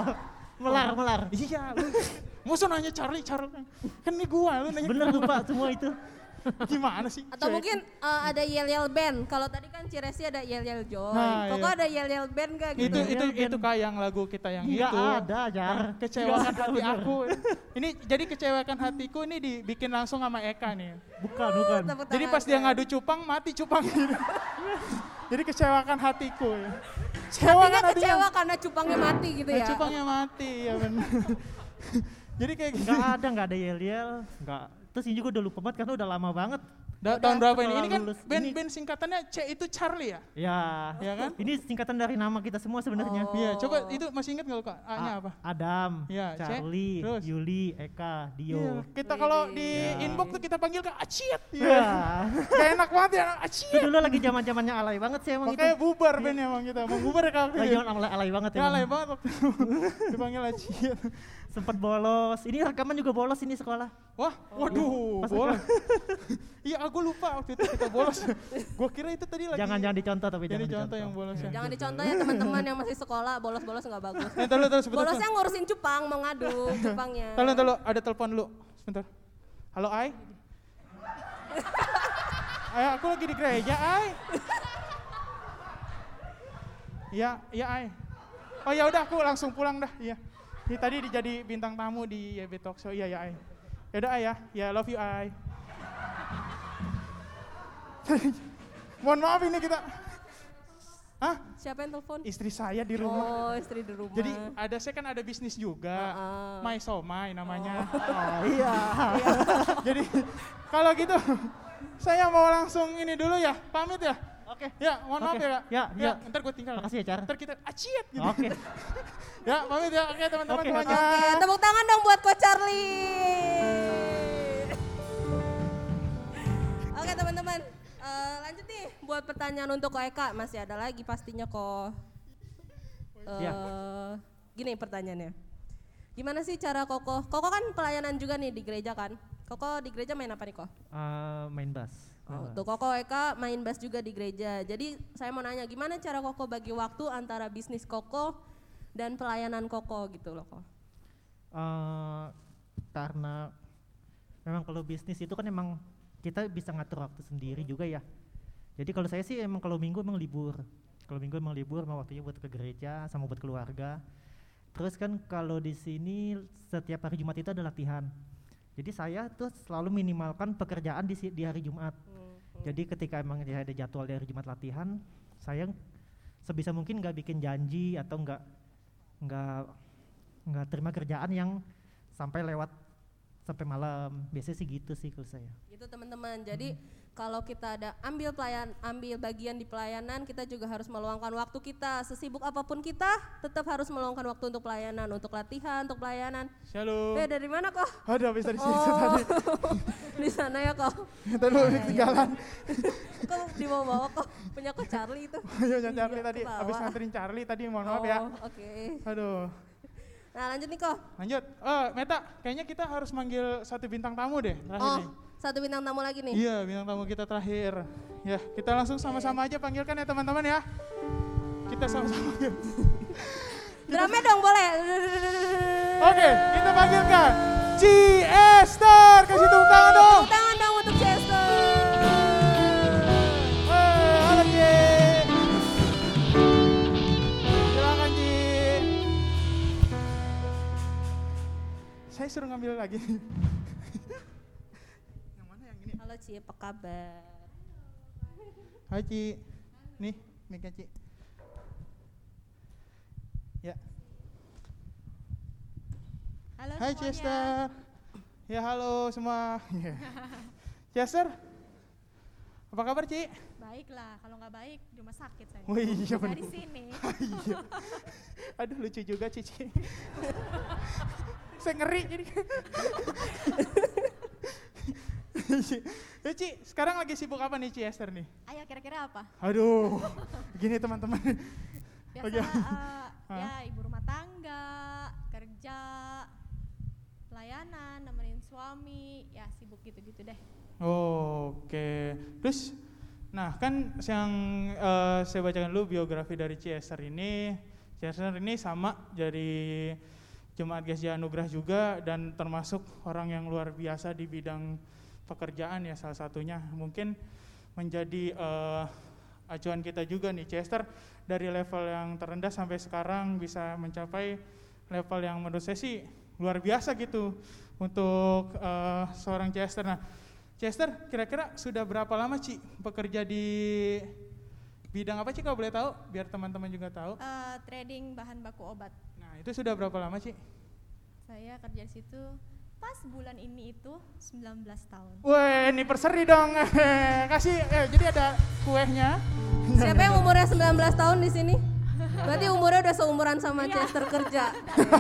Melar. Iya, lu musuh nanya Charlie. Kan ini gua, lu nanya Bener lupa semua itu. gimana sih? Atau mungkin ada yel-yel band. Kalau tadi kan Ciresi ada yel-yel Joy. Nah, Koko iya. ada yel-yel band gak gitu? Itu Kak yang lagu kita yang Nggak itu. ada, Jar. Kecewakan Nggak ada, hati bener. aku. Ini jadi kecewakan hatiku ini dibikin langsung sama Eka nih. Bukan. Tepuk Jadi tangan, pas dia keren. ngadu cupang mati cupang gitu. Jadi kecewakan hatiku ya. Hatinya kecewa karena cupangnya mati gitu ya? Cupangnya mati ya benar. Jadi kayak gitu. Nggak ada yel-yel. Nggak. Terus ini juga udah lupa banget karena udah lama banget. Tahun berapa ini? setelah Ini kan lulus. band singkatannya C itu Charlie ya? Ya. Iya kan? Ini singkatan dari nama kita semua sebenarnya. Oh. Iya, coba itu masih ingat nggak lu Kak? A-nya apa? Adam, Iya, C, Charlie, terus? Yuli, Eka, Iya, Dio. kita kalau di Iya. inbox tuh kita panggil Kak Aciet. Ya. Iya. Gak enak banget ya, Itu Aciet. dulu lagi zaman-zamannya alay banget sih emang Makanya itu. bubar bandnya emang kita. Mau bubar ya Kak? Lagi alay banget Ya alay emang. banget waktu itu. Dipanggil Aciet. Sempet bolos. Ini rekaman juga bolos ini sekolah. Wah, waduh, Pas bolos. Iya, aku lupa waktu itu kita bolos. Gua kira itu tadi lagi. Jangan dicontoh tapi Jadi jangan contoh yang bolos ya. Jangan dicontoh ya teman-teman yang masih sekolah, bolos-bolos nggak bagus. Tahu sebentar. Bolosnya ngurusin cupang, mau ngadu cupangnya. Tahu ada telepon dulu. Sebentar. Halo Ai? Ayo, aku lagi di gereja Ai. Iya, iya Ai. Oh ya udah, aku langsung pulang dah. Iya. Ini tadi jadi bintang tamu di YB Talk Show. Iya ya Ai. Ya udah Ai ya. Ya love you Ai. Mohon maaf ini kita. Hah? Siapa yang telepon? Istri saya di rumah. Oh, istri di rumah. Jadi saya kan ada bisnis juga. My Somai namanya. Oh iya. Jadi kalau gitu saya mau langsung ini dulu ya. Pamit ya. Oke. Ya, mohon maaf Oke. ya Kak. Ya. Ntar gue tinggal. Makasih ya, Car. Ntar kita aciet gitu. Oke. Ya, pamit ya. Oke teman-teman Oke, semuanya. Oke, tepuk tangan dong buat Coach Charlie. Oke teman-teman, lanjut nih buat pertanyaan untuk Ko Eka. Masih ada lagi pastinya kok. Ya. Gini pertanyaannya. Gimana sih cara Koko? Koko kan pelayanan juga nih di gereja kan? Koko di gereja main apa nih Ko? Main bass. Tuh Koko Eka main bass juga di gereja. Jadi saya mau nanya gimana cara Koko bagi waktu antara bisnis Koko dan pelayanan Koko gitu loh Ko? Karena memang kalau bisnis itu kan emang kita bisa ngatur waktu sendiri juga ya. Jadi kalau saya sih emang kalau minggu emang libur. Kalau minggu emang libur, emang waktunya buat ke gereja sama buat keluarga. Terus kan kalau di sini setiap hari Jumat itu ada latihan. Jadi saya tuh selalu minimalkan pekerjaan di hari Jumat. Jadi ketika emang ada jadwal dari Jumat latihan, saya sebisa mungkin nggak bikin janji atau nggak terima kerjaan yang sampai sampai malam. Biasanya sih gitu sih kalau saya. Gitu teman-teman. Jadi kalau kita ada ambil bagian di pelayanan, kita juga harus meluangkan waktu kita. Sesibuk apapun kita, tetap harus meluangkan waktu untuk pelayanan, untuk latihan, untuk pelayanan. Shalom. Dari mana kok? Ada habis dari sini Oh, tadi. di sana ya kok. Tadi lu ketinggalan. Kok dibawa-bawa kok? Punya Coach Charlie itu. Ayo Charlie tadi kebawa. habis nganterin Charlie tadi, mohon maaf ya. Oke. Aduh. Nah lanjut nih kok. Lanjut. Meta, kayaknya kita harus manggil satu bintang tamu deh terakhir nih. Satu bintang tamu lagi nih. Iya, bintang tamu kita terakhir. Ya, kita langsung sama-sama aja panggilkan ya teman-teman ya. Kita sama-sama panggil. Drumnya dong boleh. Oke, kita panggilkan Ci Esther. Kasih tepuk tangan dong. Tepuk tangan dong untuk Chester. Halo Ci. Silakan Ci. Saya suruh ngambil lagi. Yang mana yang ini? Halo Ci, apa kabar? Hai Ci. Nih, mic-nya Ci. Ya. Halo Hai semuanya. Chester. Ya halo semua. Chester, apa kabar Ci? Baiklah, kalau nggak baik di rumah sakit saya. Oh iya Nggak benar. di sini. Iya. Aduh lucu juga Cici. Saya ngeri jadi. Ya Ci, sekarang lagi sibuk apa nih Ci Esther nih? Ayo kira-kira apa? Aduh, gini teman-teman. Biasa Oke. ya ibu rumah tangga, kerja, pelayanan, nemenin suami, ya sibuk gitu-gitu deh. Oke, terus, nah kan yang saya bacakan dulu biografi dari Ci Esther ini. Ci Esther ini sama dari Jemaat GSJ Anugerah juga dan termasuk orang yang luar biasa di bidang pekerjaan ya, salah satunya mungkin menjadi acuan kita juga nih. Ci Esther dari level yang terendah sampai sekarang bisa mencapai level yang menurut saya sih luar biasa gitu untuk seorang Ci Esther. Nah, Ci Esther kira-kira sudah berapa lama Ci bekerja di bidang apa Ci kalau boleh tahu biar teman-teman juga tahu? Trading bahan baku obat. Nah, itu sudah berapa lama Ci? Saya kerja di situ pas bulan ini itu 19 tahun. Wah, ini perseri dong. Kasih jadi ada kuehnya. Siapa yang umurnya 19 tahun di sini? Berarti umurnya udah seumuran sama Chester kerja.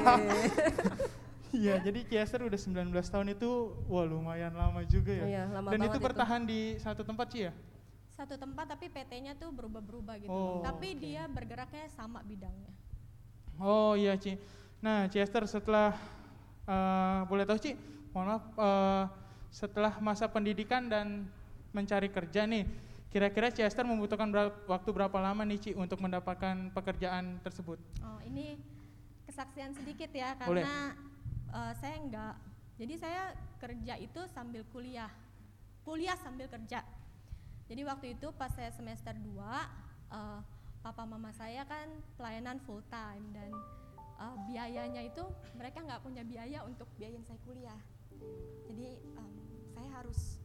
Iya, jadi Ci Esther udah 19 tahun itu wah lumayan lama juga ya. Iya, lama Dan banget itu bertahan di satu tempat Ci ya? Satu tempat tapi PT-nya tuh berubah-berubah gitu. Oh, Tapi oke. dia bergeraknya sama bidangnya. Oh iya Ci. Nah Ci Esther setelah boleh tahu Ci, mohon maaf setelah masa pendidikan dan mencari kerja nih, kira-kira Ci Esther membutuhkan waktu berapa lama nih Ci untuk mendapatkan pekerjaan tersebut? Oh ini kesaksian sedikit ya Boleh. karena saya enggak, Jadi saya kerja itu sambil kuliah sambil kerja. Jadi waktu itu pas saya semester 2, papa mama saya kan pelayanan full time dan biayanya itu mereka nggak punya biaya untuk biayain saya kuliah. Jadi saya harus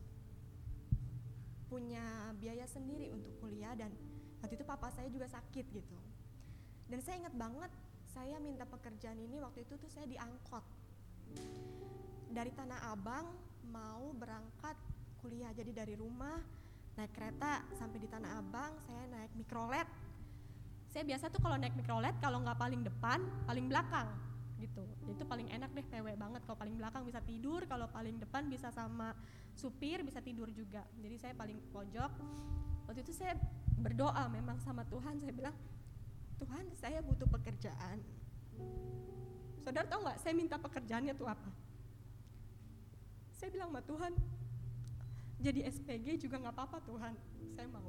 punya biaya sendiri untuk kuliah dan waktu itu papa saya juga sakit gitu. Dan saya ingat banget saya minta pekerjaan ini waktu itu tuh saya diangkot dari Tanah Abang mau berangkat kuliah. Jadi dari rumah naik kereta sampai di Tanah Abang, saya naik mikrolet. Saya biasa tuh kalau naik mikrolet kalau nggak paling depan, paling belakang gitu. Itu paling enak deh, PW banget. Kalau paling belakang bisa tidur, kalau paling depan bisa sama supir, bisa tidur juga. Jadi saya paling pojok. Waktu itu saya berdoa memang sama Tuhan, saya bilang, Tuhan saya butuh pekerjaan. Saudara tahu nggak saya minta pekerjaannya tuh apa? Saya bilang sama Tuhan, jadi SPG juga nggak apa-apa Tuhan, saya mau.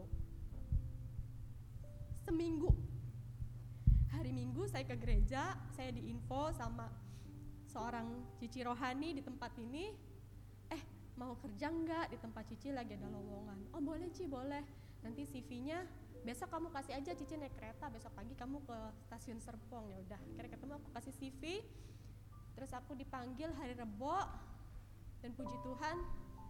Seminggu, hari Minggu saya ke gereja, saya diinfo sama seorang cici rohani di tempat ini, mau kerja nggak di tempat cici lagi ada lowongan. Oh boleh Ci, boleh. Nanti CV-nya besok kamu kasih aja, cici naik kereta, besok pagi kamu ke stasiun Serpong. Ya udah, akhirnya ketemu, aku kasih CV, terus aku dipanggil hari Rebo, dan puji Tuhan,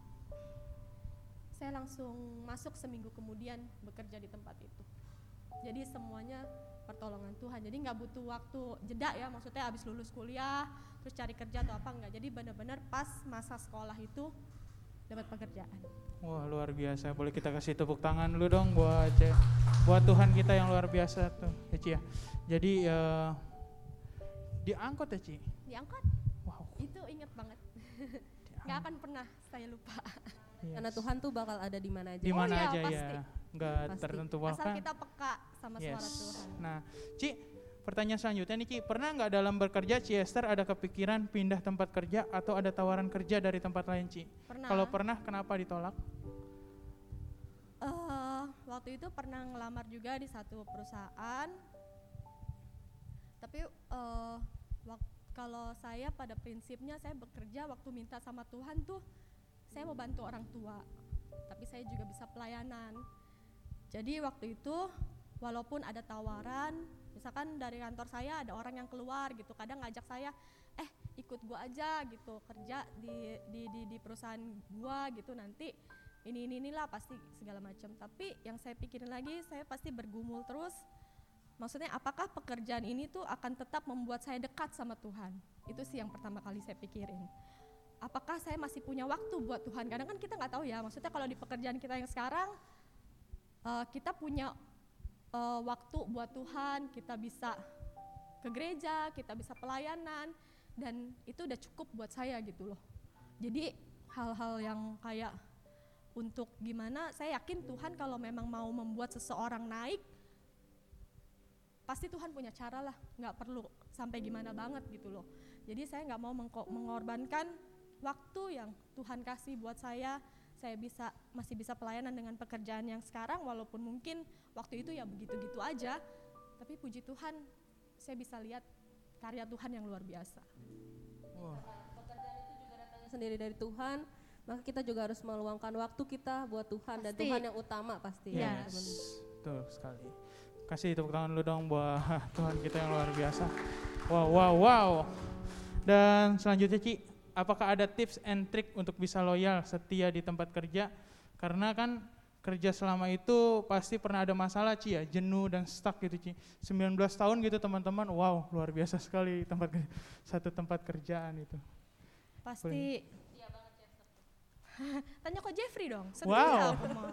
saya langsung masuk seminggu kemudian bekerja di tempat itu. Jadi semuanya pertolongan Tuhan. Jadi nggak butuh waktu jeda ya, maksudnya habis lulus kuliah terus cari kerja atau apa, enggak. Jadi benar-benar pas masa sekolah itu dapat pekerjaan. Wah luar biasa, boleh kita kasih tepuk tangan dulu dong buat Tuhan kita yang luar biasa tuh ya Ci ya. Jadi diangkut ya Ci? Diangkut? Wow. Itu inget banget. Nggak akan pernah saya lupa. Yes. Karena Tuhan tuh bakal ada di mana aja. Di mana iya, aja pasti. ya, nggak Pasti. tertentu Asal bahkan. kita peka sama suara Tuhan. Nah, Ci, pertanyaan selanjutnya nih Ci, pernah nggak dalam bekerja Ci Esther ada kepikiran pindah tempat kerja atau ada tawaran kerja dari tempat lain Ci? Pernah. Kalau pernah, kenapa ditolak? Waktu itu pernah ngelamar juga di satu perusahaan. Tapi kalau saya pada prinsipnya saya bekerja waktu minta sama Tuhan tuh saya mau bantu orang tua, tapi saya juga bisa pelayanan. Jadi waktu itu walaupun ada tawaran, misalkan dari kantor saya ada orang yang keluar gitu, kadang ngajak saya, ikut gua aja gitu, kerja di perusahaan gua gitu, nanti inilah pasti segala macam. Tapi yang saya pikirin lagi, saya pasti bergumul terus. Maksudnya apakah pekerjaan ini tuh akan tetap membuat saya dekat sama Tuhan? Itu sih yang pertama kali saya pikirin. Apakah saya masih punya waktu buat Tuhan? Kadang kan kita nggak tahu ya, maksudnya kalau di pekerjaan kita yang sekarang, kita punya waktu buat Tuhan, kita bisa ke gereja, kita bisa pelayanan, dan itu udah cukup buat saya gitu loh. Jadi hal-hal yang kayak untuk gimana, saya yakin Tuhan kalau memang mau membuat seseorang naik, pasti Tuhan punya cara lah, nggak perlu sampai gimana banget gitu loh. Jadi saya nggak mau mengorbankan waktu yang Tuhan kasih buat saya masih bisa pelayanan dengan pekerjaan yang sekarang, walaupun mungkin waktu itu ya begitu-gitu aja, tapi puji Tuhan saya bisa lihat karya Tuhan yang luar biasa. Wow. Pekerjaan itu juga datangnya sendiri dari Tuhan, maka kita juga harus meluangkan waktu kita buat Tuhan, dan Pasti. Tuhan yang utama pasti. Yes. Ya, Yes, teman-teman. betul sekali. Kasih tepuk tangan lu dong buat Tuhan kita yang luar biasa. Wow. Dan selanjutnya Ci, apakah ada tips and trick untuk bisa loyal, setia di tempat kerja? Karena kan kerja selama itu pasti pernah ada masalah Ci ya, jenuh dan stuck gitu Ci. 19 tahun gitu teman-teman, wow luar biasa sekali satu tempat kerjaan itu. Pasti. Iya banget ya. Tanya kok Jeffrey dong. Wow. Aku mau.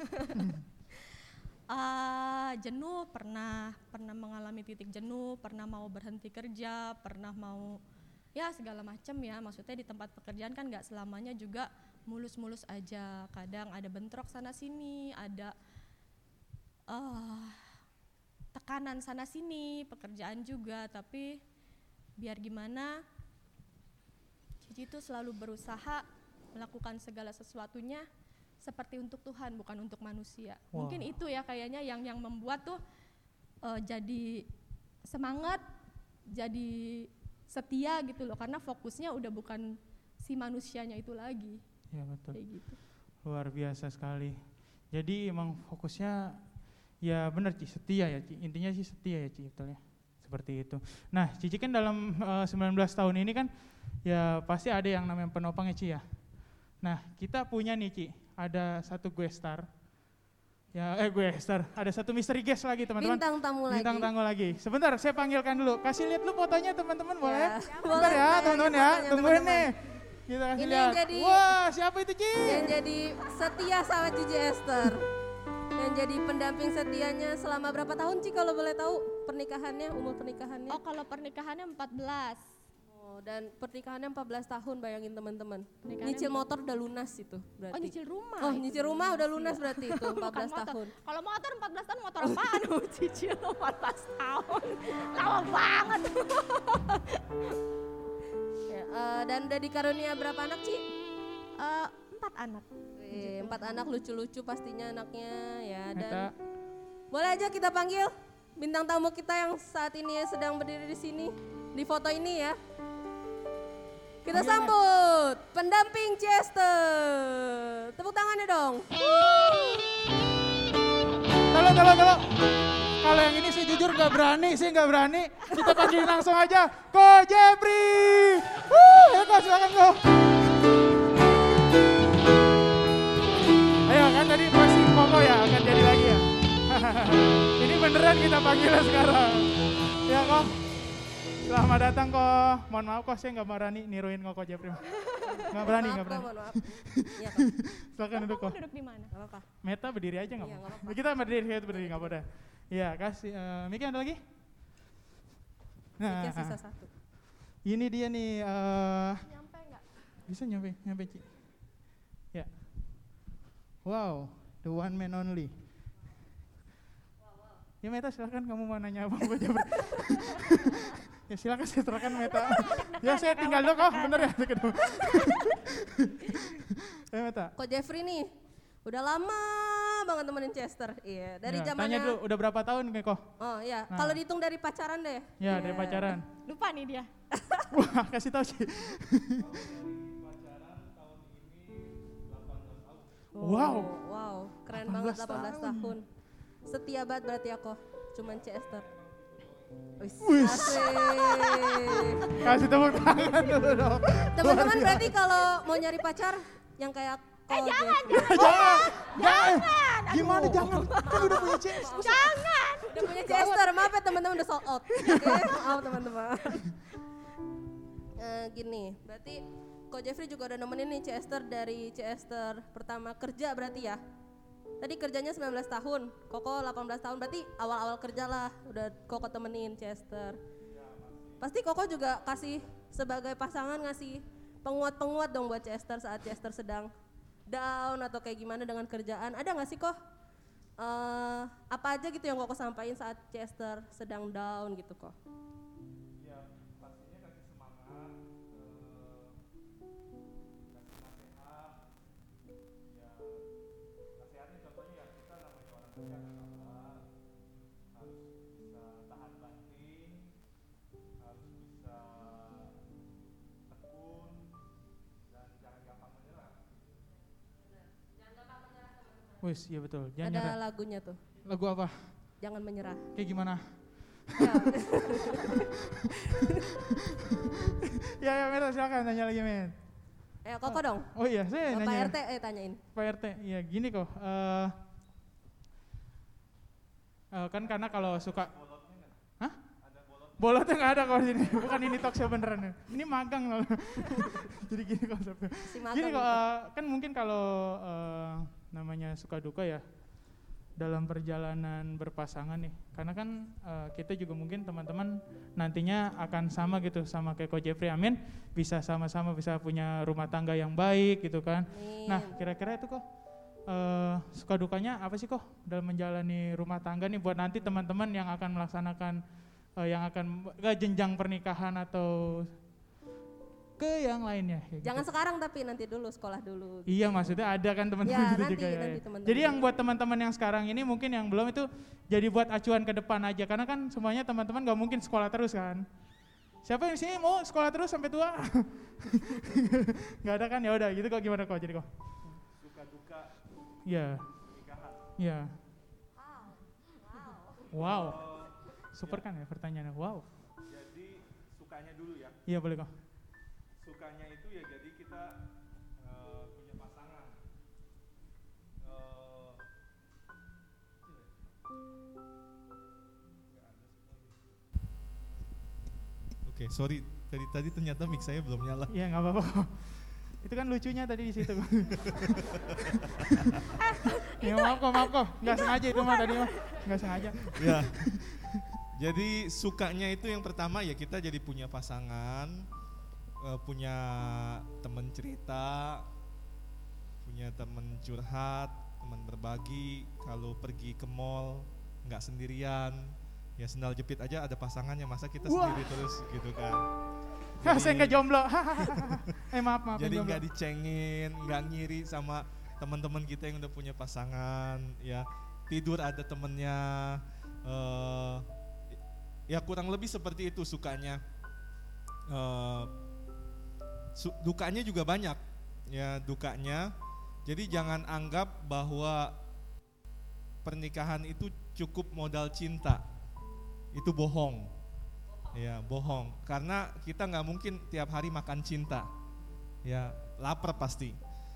Jenuh, pernah mengalami titik jenuh, pernah mau berhenti kerja, pernah mau ya segala macam ya. Maksudnya di tempat pekerjaan kan nggak selamanya juga mulus-mulus aja. Kadang ada bentrok sana sini, ada tekanan sana sini, pekerjaan juga. Tapi biar gimana, Cici itu selalu berusaha melakukan segala sesuatunya seperti untuk Tuhan, bukan untuk manusia. Wow. Mungkin itu ya kayaknya yang membuat tuh jadi semangat, jadi setia gitu loh, karena fokusnya udah bukan si manusianya itu lagi. Ya betul. Kayak gitu. Luar biasa sekali. Jadi emang fokusnya ya benar Ci, setia ya Ci. Intinya sih setia ya Ci, betul ya. Seperti itu. Nah, Cici kan dalam 19 tahun ini kan ya pasti ada yang namanya penopang ya Ci ya. Nah, kita punya nih Ci, ada satu guest star. Ya, guest star. Ada satu misteri guest lagi teman-teman. Bintang tamu lagi. Bintang tamu lagi. Sebentar, saya panggilkan dulu. Kasih lihat dulu fotonya teman-teman boleh? Ya, Sebentar ya, boleh, teman-teman ya. fotonya, Tungguin teman-teman. nih. Kita kasih Ini lihat. yang jadi- Wah, siapa itu Ci? Yang jadi setia sama Cici Esther. Yang jadi pendamping setianya selama berapa tahun Ci kalau boleh tahu pernikahannya, umur pernikahannya? Oh, kalau pernikahannya 14. Oh, dan pernikahannya 14 tahun, bayangin teman-teman. Pernikahannya Nyicil motor udah lunas itu berarti. Oh, nyicil rumah. Oh, itu. nyicil rumah udah lunas berarti itu 14 Bukan motor. tahun. Kalau motor 14 tahun motor apaan? Oh, cicil 14 tahun. Lama banget. Ya, dan udah dikarunia berapa anak Ci? 4 anak. 4 anak lucu-lucu pastinya anaknya ya. Dan Meta. boleh aja kita panggil bintang tamu kita yang saat ini sedang berdiri di sini di foto ini ya. Kita sambut pendamping Chester. Tepuk tangannya dong. Tolong. Kalau yang ini sih jujur gak berani. Kita panggilin langsung aja. Ko Jeffrey. Ya Ko, silakan Ko. Ayo kan tadi pasti Koko ya akan jadi lagi ya. Ini beneran kita panggilnya sekarang. Ya Ko. Selamat datang Ko. Mohon maaf Ko, saya gak berani niruin Ko Jeffrey. Gak berani. Mohon maaf. Iya, Kak. Silakan duduk Ko. Kamu duduk di mana? Gak apa-apa. Meta berdiri aja nggak Iya, apa-apa. nggak apa-apa. Kita berdiri, nggak apa-apa. Iya, kasih. Miki ada lagi? Nah, Miknya sisa satu. ini dia nih. Nyampe enggak? Bisa nyampe Ci. Ya. Wow, the one man only. Ya Meta silakan kamu mau nanya apa aja. Ya silakan saya serahkan Meta. Ya saya tinggal dulu kok, bener ya. Ya Meta. Ko Jeffrey nih udah lama banget temenin Chester. Iya, dari Ya, zamannya. tanya dulu, udah berapa tahun Ko? Oh iya, Nah. kalau dihitung dari pacaran deh. Ya, dari pacaran. Lupa nih dia. Wah, kasih tahu sih. Wow. Wow, keren 18 banget 18 tahun. Setia banget berarti aku, cuman Chester. Wih, asik. Kasih tepuk tangan dulu dong. Teman-teman berarti kalau mau nyari pacar yang kayak jangan. Jangan. Gimana jangan? Kan udah punya CS. Jangan. Udah punya Chester, maaf ya teman-teman udah sold out. Oke, maaf teman-teman. Gini, berarti Ko Jeffrey juga udah nemenin nih Chester dari Chester pertama kerja berarti ya. Tadi kerjanya 19 tahun, Koko 18 tahun, berarti awal-awal kerja lah udah Koko temenin Chester. Pasti Koko juga kasih sebagai pasangan ngasih penguat-penguat dong buat Chester saat Chester sedang down atau kayak gimana dengan kerjaan. Ada gak sih kok apa aja gitu yang Koko sampaikan saat Chester sedang down gitu kok? Ya pastinya kasih semangat, kasih nasihat. Ya nasihatnya contohnya ya kita namanya orang kerja kan sabar, harus bisa tahan banting, harus bisa tekun dan jangan gampang menyerah. Wis, iya betul. Jangan Ada nyerah. lagunya tuh, Lagu apa? jangan menyerah. Kayak gimana? Ya. Ya, Meta silakan tanya lagi, Men. Koko dong, Oh iya, saya Pak nanya. RT tanyain. Pak RT, ya gini kok. Kan karena kalau suka. Hah? Bolotnya nggak ada kok di sini. Bukan ini talk show beneran. Ini magang loh. Jadi gini konsepnya. Si magang Gini kok, gitu. kan mungkin kalau namanya suka duka ya dalam perjalanan berpasangan nih. Karena kan kita juga mungkin teman-teman nantinya akan sama gitu sama kayak Ko Jeffrey, amin. Bisa sama-sama bisa punya rumah tangga yang baik gitu kan. Amin. Nah kira-kira itu kok suka dukanya apa sih kok dalam menjalani rumah tangga nih buat nanti teman-teman yang akan melaksanakan yang akan jenjang pernikahan atau ke yang lainnya. Ya Jangan gitu. sekarang tapi nanti dulu sekolah dulu. Iya maksudnya ada kan teman-teman Ya, gitu nanti- juga ya. nanti teman-teman. Jadi yang buat teman-teman yang sekarang ini mungkin yang belum itu jadi buat acuan ke depan aja karena kan semuanya teman-teman gak mungkin sekolah terus kan. Siapa yang sini mau sekolah terus sampai tua? Nggak ada kan? Ya udah gitu kok, gimana kok jadi kok? Suka duka Iya. pernikahan. Iya. Wow. Super kan ya pertanyaannya. Wow. Jadi sukanya dulu ya. Iya boleh kok. Sukanya itu ya jadi kita punya pasangan. Oke, sorry tadi ternyata mic saya belum nyala. Iya nggak apa-apa. Itu kan lucunya tadi di situ. Ya maaf kok, nggak sengaja itu mah tadi mah, nggak sengaja. Ya. Jadi sukanya itu yang pertama ya kita jadi punya pasangan, punya teman cerita, punya teman curhat, teman berbagi. Kalau pergi ke mall nggak sendirian, ya sendal jepit aja ada pasangannya, masa kita sendiri terus gitu kan. Saya nggak jomblo. Maaf. Jadi jomblo. nggak dicengin, nggak ngiri sama teman-teman kita yang udah punya pasangan, ya tidur ada temennya, ya kurang lebih seperti itu sukanya. Dukanya juga banyak, ya dukanya. Jadi jangan anggap bahwa pernikahan itu cukup modal cinta, itu bohong. Ya bohong, karena kita nggak mungkin tiap hari makan cinta, ya lapar pasti.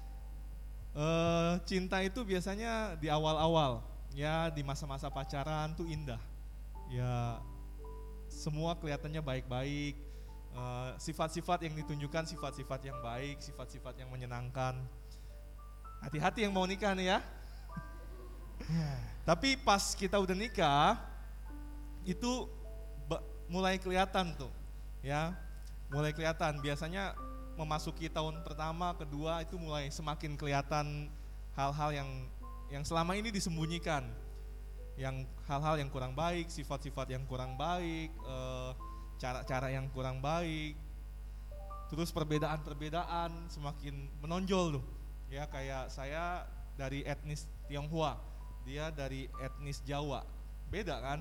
Cinta itu biasanya di awal-awal, ya di masa-masa pacaran tuh indah, ya semua kelihatannya baik-baik, sifat-sifat yang ditunjukkan sifat-sifat yang baik, sifat-sifat yang menyenangkan. Hati-hati yang mau nikah nih ya. Tapi pas kita udah nikah, itu mulai kelihatan tuh, ya, mulai kelihatan. Biasanya memasuki tahun pertama, kedua itu mulai semakin kelihatan hal-hal yang selama ini disembunyikan, yang hal-hal yang kurang baik, sifat-sifat yang kurang baik, cara-cara yang kurang baik, terus perbedaan-perbedaan semakin menonjol tuh, ya kayak saya dari etnis Tionghoa, dia dari etnis Jawa, beda kan?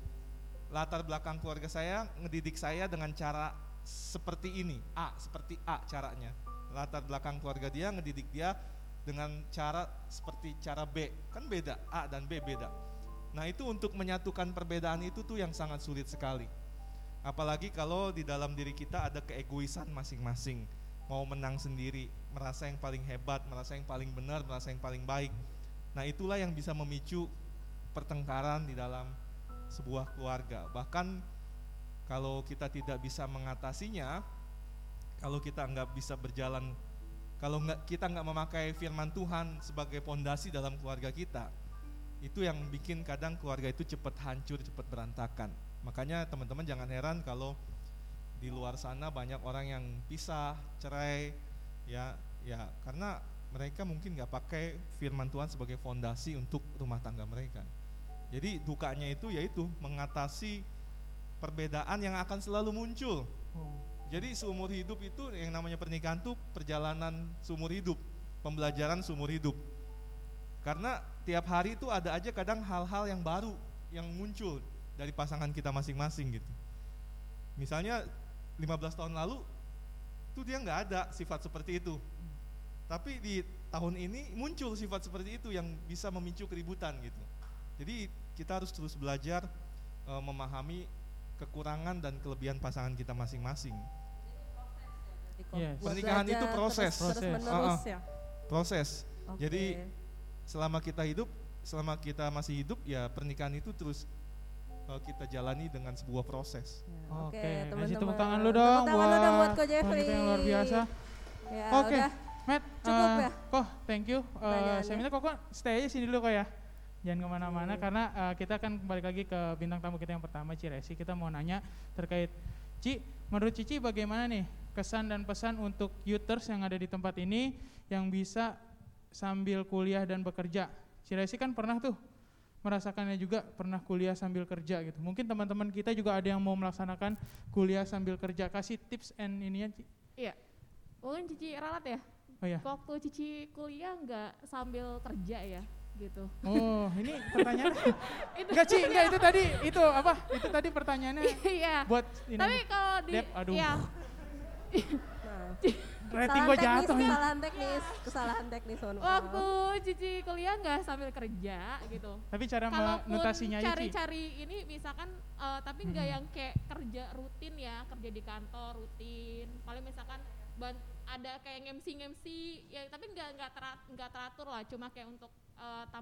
Latar belakang keluarga saya ngedidik saya dengan cara seperti ini, seperti A caranya. Latar belakang keluarga dia ngedidik dia dengan cara seperti cara B, kan beda, A dan B beda. Nah itu untuk menyatukan perbedaan itu tuh yang sangat sulit sekali. Apalagi kalau di dalam diri kita ada keegoisan masing-masing, mau menang sendiri, merasa yang paling hebat, merasa yang paling benar, merasa yang paling baik. Nah itulah yang bisa memicu pertengkaran di dalam sebuah keluarga. Bahkan kalau kita tidak bisa mengatasinya, kalau kita nggak bisa berjalan, kalau kita nggak memakai firman Tuhan sebagai pondasi dalam keluarga kita, itu yang bikin kadang keluarga itu cepat hancur, cepat berantakan. Makanya teman-teman jangan heran kalau di luar sana banyak orang yang pisah, cerai, ya karena mereka mungkin nggak pakai firman Tuhan sebagai fondasi untuk rumah tangga mereka. Jadi dukanya itu yaitu mengatasi perbedaan yang akan selalu muncul. Jadi seumur hidup itu yang namanya pernikahan itu perjalanan seumur hidup, pembelajaran seumur hidup. Karena tiap hari itu ada aja kadang hal-hal yang baru yang muncul dari pasangan kita masing-masing gitu. Misalnya 15 tahun lalu tuh dia nggak ada sifat seperti itu. Tapi di tahun ini muncul sifat seperti itu yang bisa memicu keributan gitu. Jadi kita harus terus belajar memahami kekurangan dan kelebihan pasangan kita masing-masing. Yes. Pernikahan itu proses. Terus-menerus ya. Proses. Oke. Jadi selama kita masih hidup ya pernikahan itu terus kita jalani dengan sebuah proses. Oke, teman-teman. kasih tepuk tangan lu dong Tepuk tangan lu dong buat Ko Jeffrey. wanita yang luar biasa. Ya, Oke, udah. Matt, Cukup ya? Kok, thank you. Pertanyaannya. Saya minta kok stay aja sini dulu kok ya. Jangan kemana-mana karena kita akan balik lagi ke bintang tamu kita yang pertama, Ci Resi. Kita mau nanya terkait, Ci, menurut Cici bagaimana nih kesan dan pesan untuk youters yang ada di tempat ini yang bisa sambil kuliah dan bekerja? Ci Resi kan pernah tuh merasakannya juga, pernah kuliah sambil kerja gitu. Mungkin teman-teman kita juga ada yang mau melaksanakan kuliah sambil kerja. Kasih tips and ininya, Ci. Iya. Mungkin Cici ralat ya. Oh ya. Waktu Cici kuliah nggak sambil kerja ya. gitu. Oh, ini pertanyaannya. Enggak, Ci, enggak itu tadi itu apa? Itu tadi pertanyaannya Iya. buat ini. Tapi kalau di Dep, aduh. ya Nah, Rating gua jatuh ya. kesalahan teknis, mohon maaf. waktu Cici kuliah nggak sambil kerja gitu. Tapi cara Kalaupun menotasinya aja, Ci. cari-cari ini misalkan tapi nggak yang kayak kerja rutin ya, kerja di kantor rutin. Paling misalkan ada kayak ngemsi ya, tapi nggak teratur lah, cuma kayak untuk